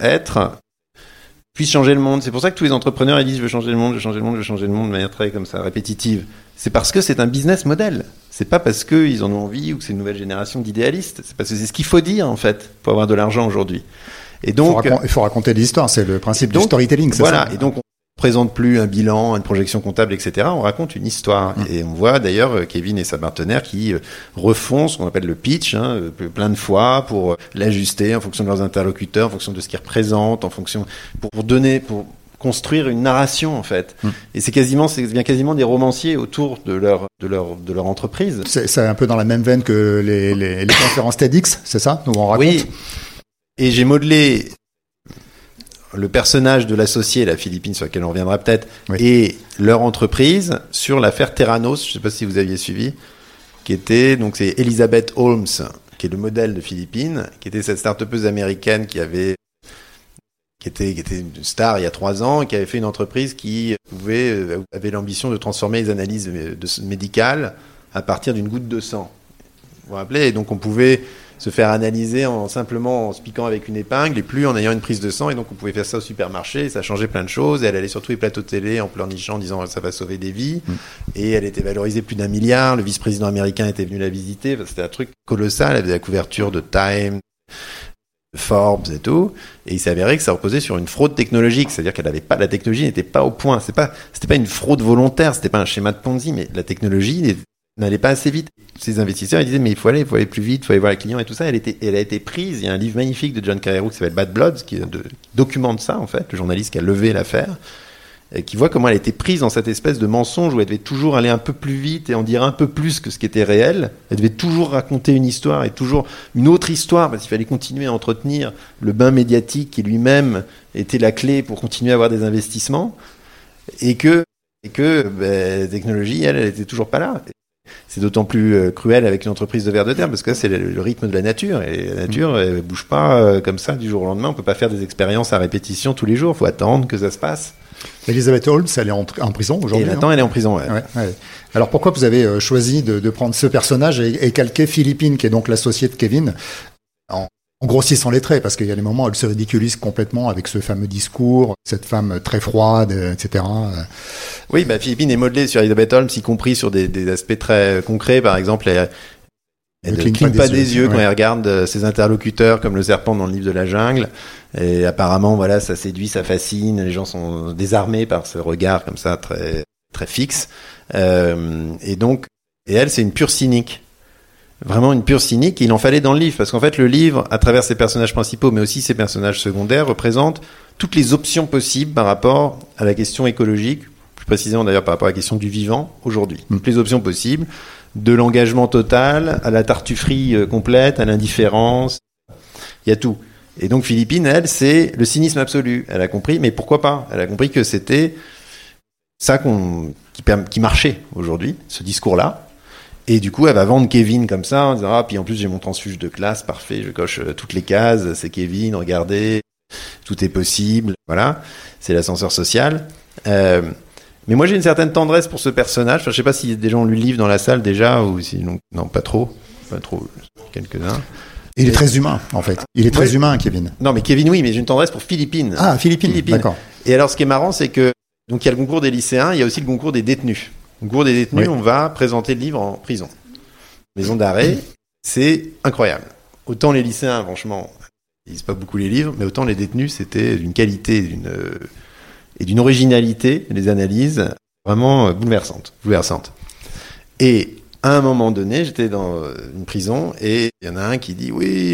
S1: changer le monde. C'est pour ça que tous les entrepreneurs, ils disent, je veux changer le monde de manière très comme ça, répétitive. C'est parce que c'est un business model. C'est pas parce qu'ils en ont envie ou que c'est une nouvelle génération d'idéalistes. C'est parce que c'est ce qu'il faut dire, en fait, pour avoir de l'argent aujourd'hui. Et donc,
S2: il faut raconter des histoires. C'est le principe du storytelling, c'est
S1: voilà.
S2: ça.
S1: Et donc, on présente plus un bilan, une projection comptable, etc. On raconte une histoire. Et on voit d'ailleurs Kevin et sa partenaire qui refont ce qu'on appelle le pitch, plein de fois pour l'ajuster en fonction de leurs interlocuteurs, en fonction de ce qu'ils représentent, pour construire une narration, en fait. Et c'est devient quasiment des romanciers autour de leur entreprise.
S2: C'est un peu dans la même veine que les conférences TEDx, c'est ça, où on raconte.
S1: Oui. Et j'ai modelé le personnage de l'associé, la Philippine, sur laquelle on reviendra peut-être, et leur entreprise sur l'affaire Theranos. Je ne sais pas si vous aviez suivi, c'est Elizabeth Holmes, qui est le modèle de Philippines, qui était cette start-upeuse américaine qui était une star il y a 3 ans, et qui avait fait une entreprise qui avait l'ambition de transformer les analyses médicales à partir d'une goutte de sang. Vous vous rappelez ? Et donc on pouvait se faire analyser simplement en se piquant avec une épingle et plus en ayant une prise de sang. Et donc on pouvait faire ça au supermarché, et ça changeait plein de choses. Et elle allait sur tous les plateaux de télé en pleurnichant, en disant ça va sauver des vies. Et elle était valorisée plus d'1 milliard. Le vice-président américain était venu la visiter. Enfin, c'était un truc colossal. Elle avait la couverture de Time, Forbes et tout, et il s'est avéré que ça reposait sur une fraude technologique, c'est-à-dire la technologie n'était pas au point, c'était pas une fraude volontaire, c'était pas un schéma de Ponzi, mais la technologie n'allait pas assez vite. Ces investisseurs, ils disaient mais il faut aller plus vite, il faut aller voir les clients et tout ça. Elle a été prise. Il y a un livre magnifique de John Carreyrou qui s'appelle Bad Bloods qui documente ça, en fait, le journaliste qui a levé l'affaire, et qui voit comment elle a été prise dans cette espèce de mensonge où elle devait toujours aller un peu plus vite et en dire un peu plus que ce qui était réel. Elle devait toujours raconter une histoire et toujours une autre histoire, parce qu'il fallait continuer à entretenir le bain médiatique qui lui-même était la clé pour continuer à avoir des investissements, et que la technologie, elle était toujours pas là. C'est d'autant plus cruel avec une entreprise de vers de terre, parce que c'est le rythme de la nature, et la nature elle bouge pas comme ça du jour au lendemain. On peut pas faire des expériences à répétition tous les jours, faut attendre que ça se passe.
S2: Elizabeth Holmes, elle est en prison aujourd'hui.
S1: Et maintenant, elle est en prison, ouais.
S2: Ouais. Alors pourquoi vous avez choisi de prendre ce personnage et calquer Philippine, qui est donc l'associée de Kevin, en grossissant les traits, parce qu'il y a des moments où elle se ridiculise complètement avec ce fameux discours, cette femme très froide, etc.
S1: Oui, Philippine est modelée sur Elizabeth Holmes, y compris sur des aspects très concrets. Par exemple, elle ne cligne pas des yeux quand elle regarde ses interlocuteurs, comme le serpent dans le livre de la jungle. Et apparemment, voilà, ça séduit, ça fascine. Les gens sont désarmés par ce regard comme ça, très très fixe. Et elle, c'est une pure cynique. Vraiment une pure cynique. Il en fallait dans le livre, parce qu'en fait, le livre, à travers ses personnages principaux, mais aussi ses personnages secondaires, représente toutes les options possibles par rapport à la question écologique, plus précisément d'ailleurs par rapport à la question du vivant aujourd'hui. Toutes les options possibles, de l'engagement total à la tartufferie complète, à l'indifférence, il y a tout. Et donc Philippine, elle, c'est le cynisme absolu. Elle a compris, mais pourquoi pas ? Elle a compris que c'était ça qui marchait aujourd'hui, ce discours-là. Et du coup, elle va vendre Kevin comme ça, en disant, puis en plus, j'ai mon transfuge de classe, parfait, je coche toutes les cases, c'est Kevin, regardez, tout est possible, voilà, c'est l'ascenseur social. Mais moi, j'ai une certaine tendresse pour ce personnage. Enfin, je sais pas si des gens lu le livre dans la salle déjà, ou si, non, pas trop, quelques-uns.
S2: Il est très humain, en fait. Il est très humain, Kevin.
S1: Non, mais Kevin, oui, mais j'ai une tendresse pour Philippine.
S2: Ah, Philippine, d'accord.
S1: Et alors, ce qui est marrant, c'est que, donc, il y a le concours des lycéens, il y a aussi le concours des détenus. Au cours des détenus, on va présenter le livre en prison. Maison d'arrêt, c'est incroyable. Autant les lycéens, franchement, ils lisent pas beaucoup les livres, mais autant les détenus, c'était d'une qualité et d'une originalité, les analyses, vraiment bouleversantes. Et à un moment donné, j'étais dans une prison et il y en a un qui dit « Oui,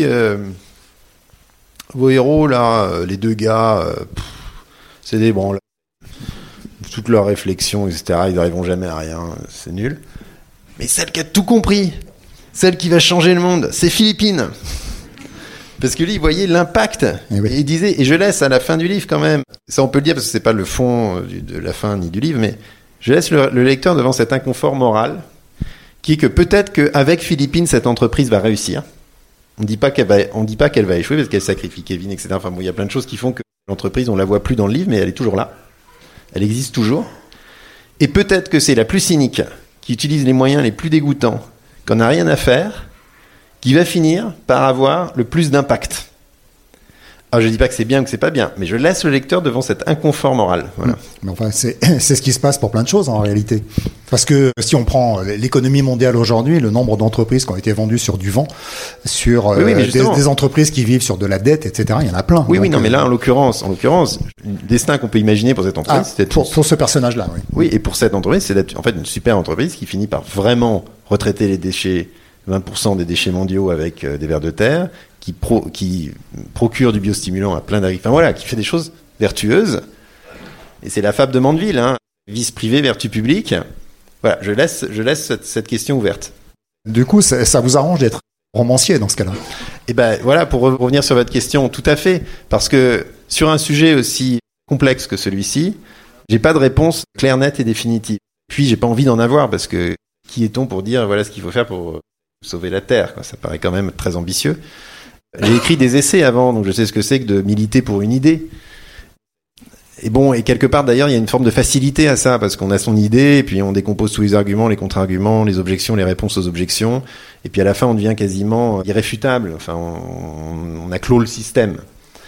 S1: vos héros, là, les deux gars, c'est des branles. Toutes leurs réflexions, etc., ils n'arriveront jamais à rien, c'est nul. Mais celle qui a tout compris, celle qui va changer le monde, c'est Philippine. » Parce que lui, il voyait l'impact. Et il disait, et je laisse à la fin du livre quand même, ça on peut le dire parce que c'est pas le fond de la fin ni du livre, mais je laisse le lecteur devant cet inconfort moral, qui est que peut-être qu'avec Philippine, cette entreprise va réussir. On dit pas qu'elle va échouer parce qu'elle sacrifie Kevin, etc. Enfin bon, il y a plein de choses qui font que l'entreprise, on la voit plus dans le livre, mais elle est toujours là. Elle existe toujours. Et peut-être que c'est la plus cynique, qui utilise les moyens les plus dégoûtants, qu'on n'a rien à faire, qui va finir par avoir le plus d'impact. Alors je dis pas que c'est bien ou que c'est pas bien, mais je laisse le lecteur devant cet inconfort moral. Voilà.
S2: Mais enfin, c'est ce qui se passe pour plein de choses en réalité. Parce que si on prend l'économie mondiale aujourd'hui, le nombre d'entreprises qui ont été vendues sur du vent, sur des entreprises qui vivent sur de la dette, etc., il y en a plein.
S1: Oui, non, mais là, en l'occurrence, le destin qu'on peut imaginer pour cette entreprise,
S2: c'est pour ce personnage-là, oui.
S1: Oui, et pour cette entreprise, c'est d'être en fait une super entreprise qui finit par vraiment retraiter les déchets, 20% des déchets mondiaux avec des vers de terre, qui procure du biostimulant à plein d'agriculteurs, enfin voilà, qui fait des choses vertueuses. Et c'est la fable de Mandeville, hein. Vice privé, vertu publique. Voilà, je laisse cette question ouverte.
S2: Du coup, ça vous arrange d'être romancier dans ce cas-là?
S1: Et voilà, pour revenir sur votre question, tout à fait. Parce que sur un sujet aussi complexe que celui-ci, j'ai pas de réponse claire, nette et définitive. Puis j'ai pas envie d'en avoir parce que qui est-on pour dire voilà ce qu'il faut faire pour sauver la Terre, quoi. Ça paraît quand même très ambitieux. J'ai écrit des essais avant, donc je sais ce que c'est que de militer pour une idée. Et bon, et quelque part d'ailleurs, il y a une forme de facilité à ça, parce qu'on a son idée, et puis on décompose tous les arguments, les contre-arguments, les objections, les réponses aux objections, et puis à la fin, on devient quasiment irréfutable. Enfin, on a clos le système.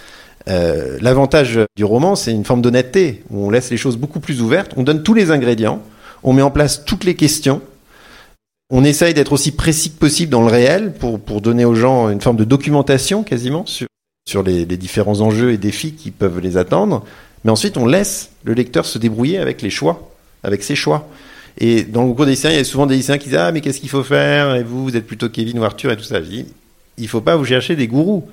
S1: L'avantage du roman, c'est une forme d'honnêteté, où on laisse les choses beaucoup plus ouvertes, on donne tous les ingrédients, on met en place toutes les questions, on essaye d'être aussi précis que possible dans le réel pour donner aux gens une forme de documentation quasiment sur les différents enjeux et défis qui peuvent les attendre. Mais ensuite, on laisse le lecteur se débrouiller avec ses choix. Et dans le concours des lycéens, il y a souvent des lycéens qui disent « Ah, mais qu'est-ce qu'il faut faire ? Et vous êtes plutôt Kevin ou Arthur et tout ça. » Je dis « Il faut pas vous chercher des gourous.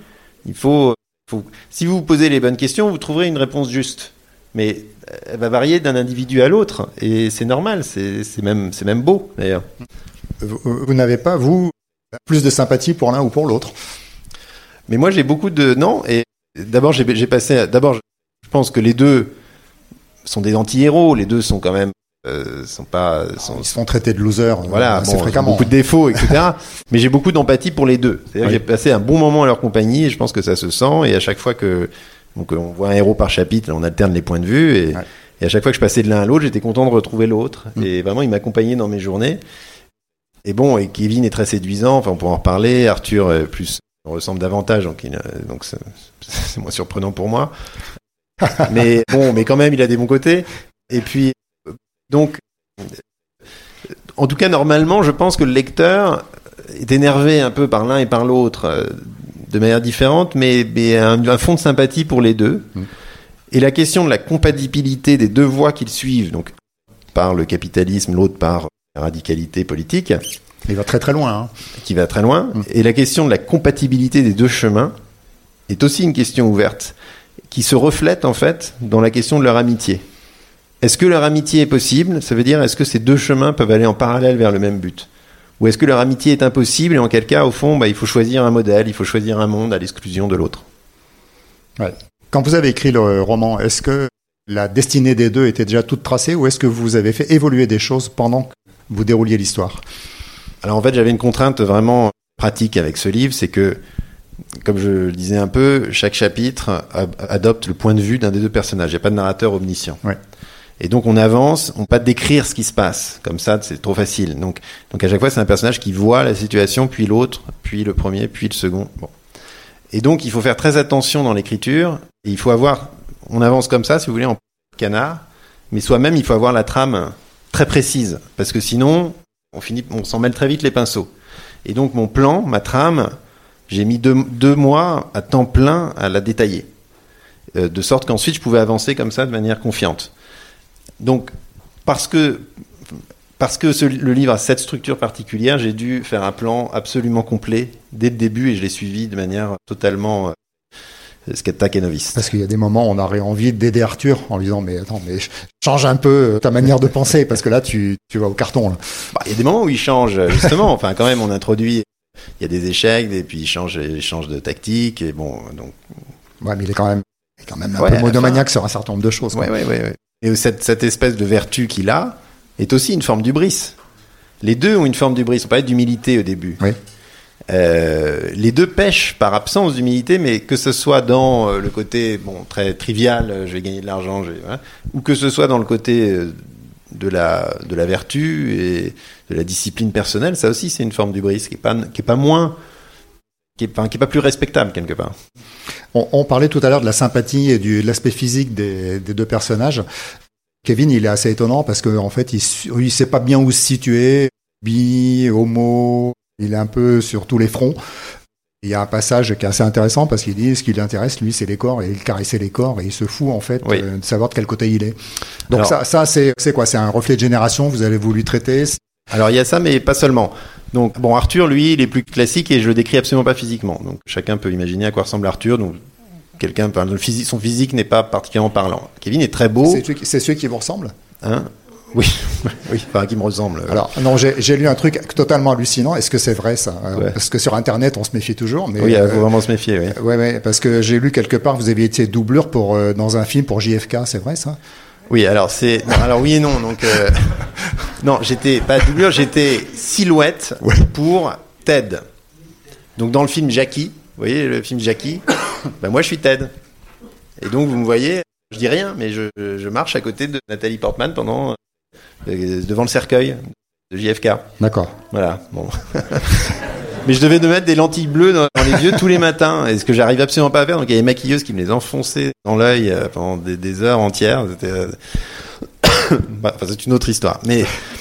S1: Si vous vous posez les bonnes questions, vous trouverez une réponse juste. Mais elle va varier d'un individu à l'autre. Et c'est normal, c'est même beau d'ailleurs. »
S2: Vous n'avez pas, vous, plus de sympathie pour l'un ou pour l'autre?
S1: Mais moi, j'ai beaucoup de... Non, et d'abord, je pense que les deux sont des anti-héros. Les deux sont quand même... Ils
S2: se font traiter de losers assez fréquemment.
S1: Beaucoup de défauts, etc. Mais j'ai beaucoup d'empathie pour les deux. C'est-à-dire que j'ai passé un bon moment à leur compagnie et je pense que ça se sent. Et à chaque fois on voit un héros par chapitre, on alterne les points de vue. Et à chaque fois que je passais de l'un à l'autre, j'étais content de retrouver l'autre. Et vraiment, il m'accompagnait dans mes journées. Et bon, et Kevin est très séduisant. Enfin, on pourra en reparler. Arthur, plus, on ressemble davantage. Donc c'est moins surprenant pour moi. Mais bon, mais quand même, il a des bons côtés. Et puis, donc, en tout cas, normalement, je pense que le lecteur est énervé un peu par l'un et par l'autre, de manière différente, mais un fond de sympathie pour les deux. Et la question de la compatibilité des deux voies qu'ils suivent, donc par le capitalisme, l'autre par la radicalité politique.
S2: Il va très très loin. Hein.
S1: Qui va très loin. Et la question de la compatibilité des deux chemins est aussi une question ouverte, qui se reflète en fait dans la question de leur amitié. Est-ce que leur amitié est possible ? Ça veut dire, est-ce que ces deux chemins peuvent aller en parallèle vers le même but ? Ou est-ce que leur amitié est impossible et en quel cas, au fond, il faut choisir un modèle, il faut choisir un monde à l'exclusion de l'autre ?
S2: Ouais. Quand vous avez écrit le roman, est-ce que la destinée des deux était déjà toute tracée ou est-ce que vous avez fait évoluer des choses pendant que vous dérouliez l'histoire ?
S1: Alors en fait, j'avais une contrainte vraiment pratique avec ce livre, c'est que, comme je le disais un peu, chaque chapitre adopte le point de vue d'un des deux personnages. Il n'y a pas de narrateur omniscient. Ouais. Et donc on avance, on ne peut pas décrire ce qui se passe. Comme ça, c'est trop facile. Donc à chaque fois, c'est un personnage qui voit la situation, puis l'autre, puis le premier, puis le second. Bon. Et donc il faut faire très attention dans l'écriture. Et il faut on avance comme ça, si vous voulez, en canard. Mais soi-même, il faut avoir la trame très précise. Parce que sinon, on s'en mêle très vite les pinceaux. Et donc mon plan, ma trame, j'ai mis deux mois à temps plein à la détailler. De sorte qu'ensuite, je pouvais avancer comme ça de manière confiante. Donc, parce que le livre a cette structure particulière, j'ai dû faire un plan absolument complet dès le début et je l'ai suivi de manière totalement tac et novice.
S2: Parce qu'il y a des moments où on aurait envie d'aider Arthur en lui disant mais change un peu ta manière de penser parce que là tu vas au carton. Là.
S1: Il y a des moments où il change justement. Enfin, quand même, on introduit. Il y a des échecs et puis il change de tactique et bon donc.
S2: Ouais, mais il est quand même un peu monomaniaque sur un certain nombre de choses.
S1: Ouais. Et cette espèce de vertu qu'il a est aussi une forme d'hubris. Les deux ont une forme d'hubris. On parlait d'humilité au début.
S2: Oui.
S1: Les deux pêchent par absence d'humilité, mais que ce soit dans le côté très trivial, je vais gagner de l'argent, ou que ce soit dans le côté de la vertu et de la discipline personnelle, ça aussi c'est une forme d'hubris qui est pas plus respectable quelque part.
S2: On parlait tout à l'heure de la sympathie et de l'aspect physique des deux personnages. Kevin, il est assez étonnant parce que en fait, il sait pas bien où se situer. Bi, homo, il est un peu sur tous les fronts. Il y a un passage qui est assez intéressant parce qu'il dit ce qui l'intéresse, lui, c'est les corps et il caressait les corps et il se fout en fait de savoir de quel côté il est. Donc alors, ça c'est quoi ? C'est un reflet de génération. Vous avez voulu traiter.
S1: Alors il y a ça, mais pas seulement. Donc Arthur, lui, il est plus classique et je le décris absolument pas physiquement. Donc chacun peut imaginer à quoi ressemble Arthur. Donc son physique n'est pas particulièrement parlant. Kevin est très beau.
S2: C'est celui qui vous ressemble ?
S1: Hein ? Oui, enfin qui me ressemble.
S2: Alors non, j'ai lu un truc totalement hallucinant. Est-ce que c'est vrai ça ? Parce que sur Internet, on se méfie toujours. Mais
S1: oui, il faut vraiment se méfier. Oui.
S2: Ouais, parce que j'ai lu quelque part, vous aviez été doublure dans un film pour JFK. C'est vrai ça ?
S1: Oui, alors oui et non. Donc non, j'étais pas doublure, j'étais silhouette pour Ted. Donc dans le film Jackie, vous voyez le film Jackie, moi je suis Ted. Et donc vous me voyez, je dis rien, mais je marche à côté de Nathalie Portman devant le cercueil de JFK.
S2: D'accord.
S1: Voilà. Bon. Mais je devais me mettre des lentilles bleues dans les yeux tous les matins, et ce que j'arrive absolument pas à faire. Donc il y avait des maquilleuses qui me les enfonçaient dans l'œil pendant des heures entières. C'était c'est une autre histoire. Mais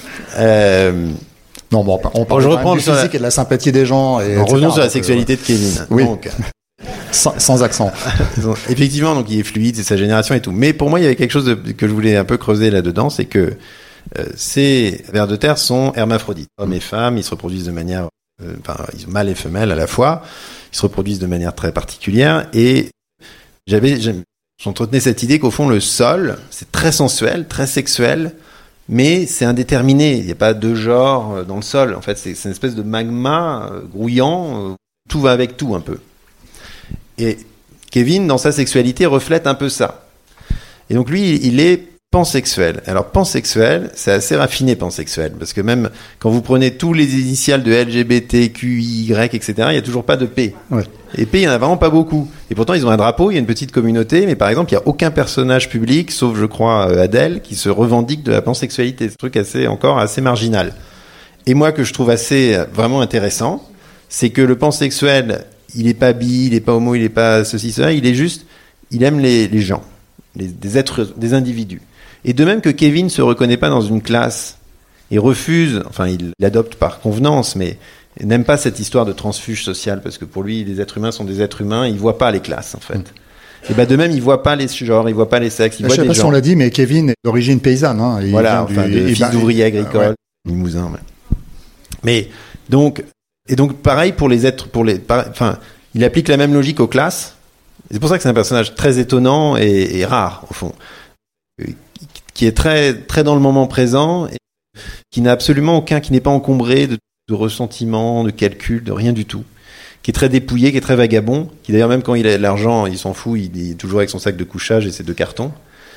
S2: non, on parle du physique et de la sympathie des gens.
S1: Revenons sur la sexualité de Kevin.
S2: Oui. Donc, sans accent.
S1: Effectivement, donc il est fluide, c'est sa génération et tout. Mais pour moi, il y avait quelque chose que je voulais un peu creuser là-dedans, c'est que ces vers de terre sont hermaphrodites. Hommes et femmes, ils se reproduisent de manière ils ont mâles et femelles à la fois, ils se reproduisent de manière très particulière et j'entretenais cette idée qu'au fond le sol c'est très sensuel, très sexuel, mais c'est indéterminé, il n'y a pas de genre dans le sol, en fait c'est une espèce de magma grouillant, tout va avec tout un peu. Et Kevin dans sa sexualité reflète un peu ça. Et donc lui il est pansexuel. Alors pansexuel, c'est assez raffiné pansexuel, parce que même quand vous prenez tous les initiales de LGBT, QI, Y, etc., il n'y a toujours pas de P.
S2: Ouais.
S1: Épée, il y en a vraiment pas beaucoup. Et pourtant, ils ont un drapeau, il y a une petite communauté, mais par exemple, il y a aucun personnage public, sauf, je crois, Adèle, qui se revendique de la pansexualité. C'est un truc encore assez marginal. Et moi, que je trouve vraiment intéressant, c'est que le pansexuel, il est pas bi, il est pas homo, il est pas ceci, cela, il aime les gens, des individus. Et de même que Kevin se reconnaît pas dans une classe et refuse, enfin, il l'adopte par convenance, mais n'aime pas cette histoire de transfuge social, parce que pour lui, les êtres humains sont des êtres humains, il voit pas les classes, en fait. Et de même, il voit pas les genres, il voit pas les sexes, il voit des gens. Je sais pas si
S2: on l'a dit, mais Kevin est d'origine paysanne, hein.
S1: Fils d'ouvrier agricole, Limousin, ouais. Mais, donc, pareil pour les êtres, il applique la même logique aux classes. C'est pour ça que c'est un personnage très étonnant et rare, au fond. Qui est très, très dans le moment présent, et qui n'a absolument qui n'est pas encombré de ressentiment, de calcul, de rien du tout. Qui est très dépouillé, qui est très vagabond, qui d'ailleurs, même quand il a de l'argent, il s'en fout, il est toujours avec son sac de couchage et ses 2 cartons.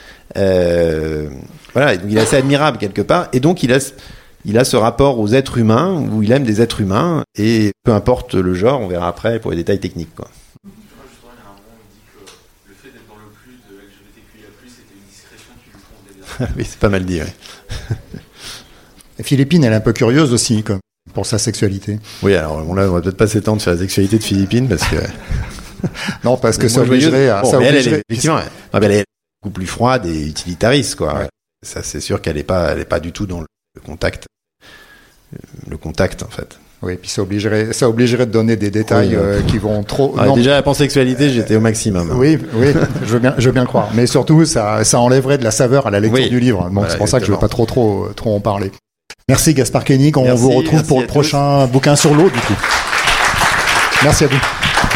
S1: Voilà, donc il est assez admirable quelque part, et donc il a ce rapport aux êtres humains, où il aime des êtres humains, et peu importe le genre, on verra après pour les détails techniques, quoi.
S3: Justement, il y a un moment où il dit que le fait d'être dans le plus de LGBTQIA+, c'était une discrétion qui lui fondait.
S1: Oui, c'est pas mal dit, ouais.
S2: Et Philippine, elle est un peu curieuse aussi, quoi, pour sa sexualité.
S1: Oui, alors là, on va peut-être pas s'étendre sur la sexualité de Philippine, parce que...
S2: non, parce que ça obligerait à...
S1: Effectivement, elle est beaucoup plus froide et utilitariste, quoi. Ouais. Ça, c'est sûr qu'elle est pas du tout dans le contact, en fait.
S2: Oui, puis ça obligerait de donner des détails qui vont trop...
S1: Ah, déjà, la pansexualité, j'étais au maximum.
S2: Oui, je veux bien croire. Mais surtout, ça enlèverait de la saveur à la lecture du livre. Bon, voilà, c'est pour ça que je veux pas trop en parler. Merci Gaspard Koenig, on vous retrouve pour le prochain bouquin sur l'eau, du coup. Merci à vous.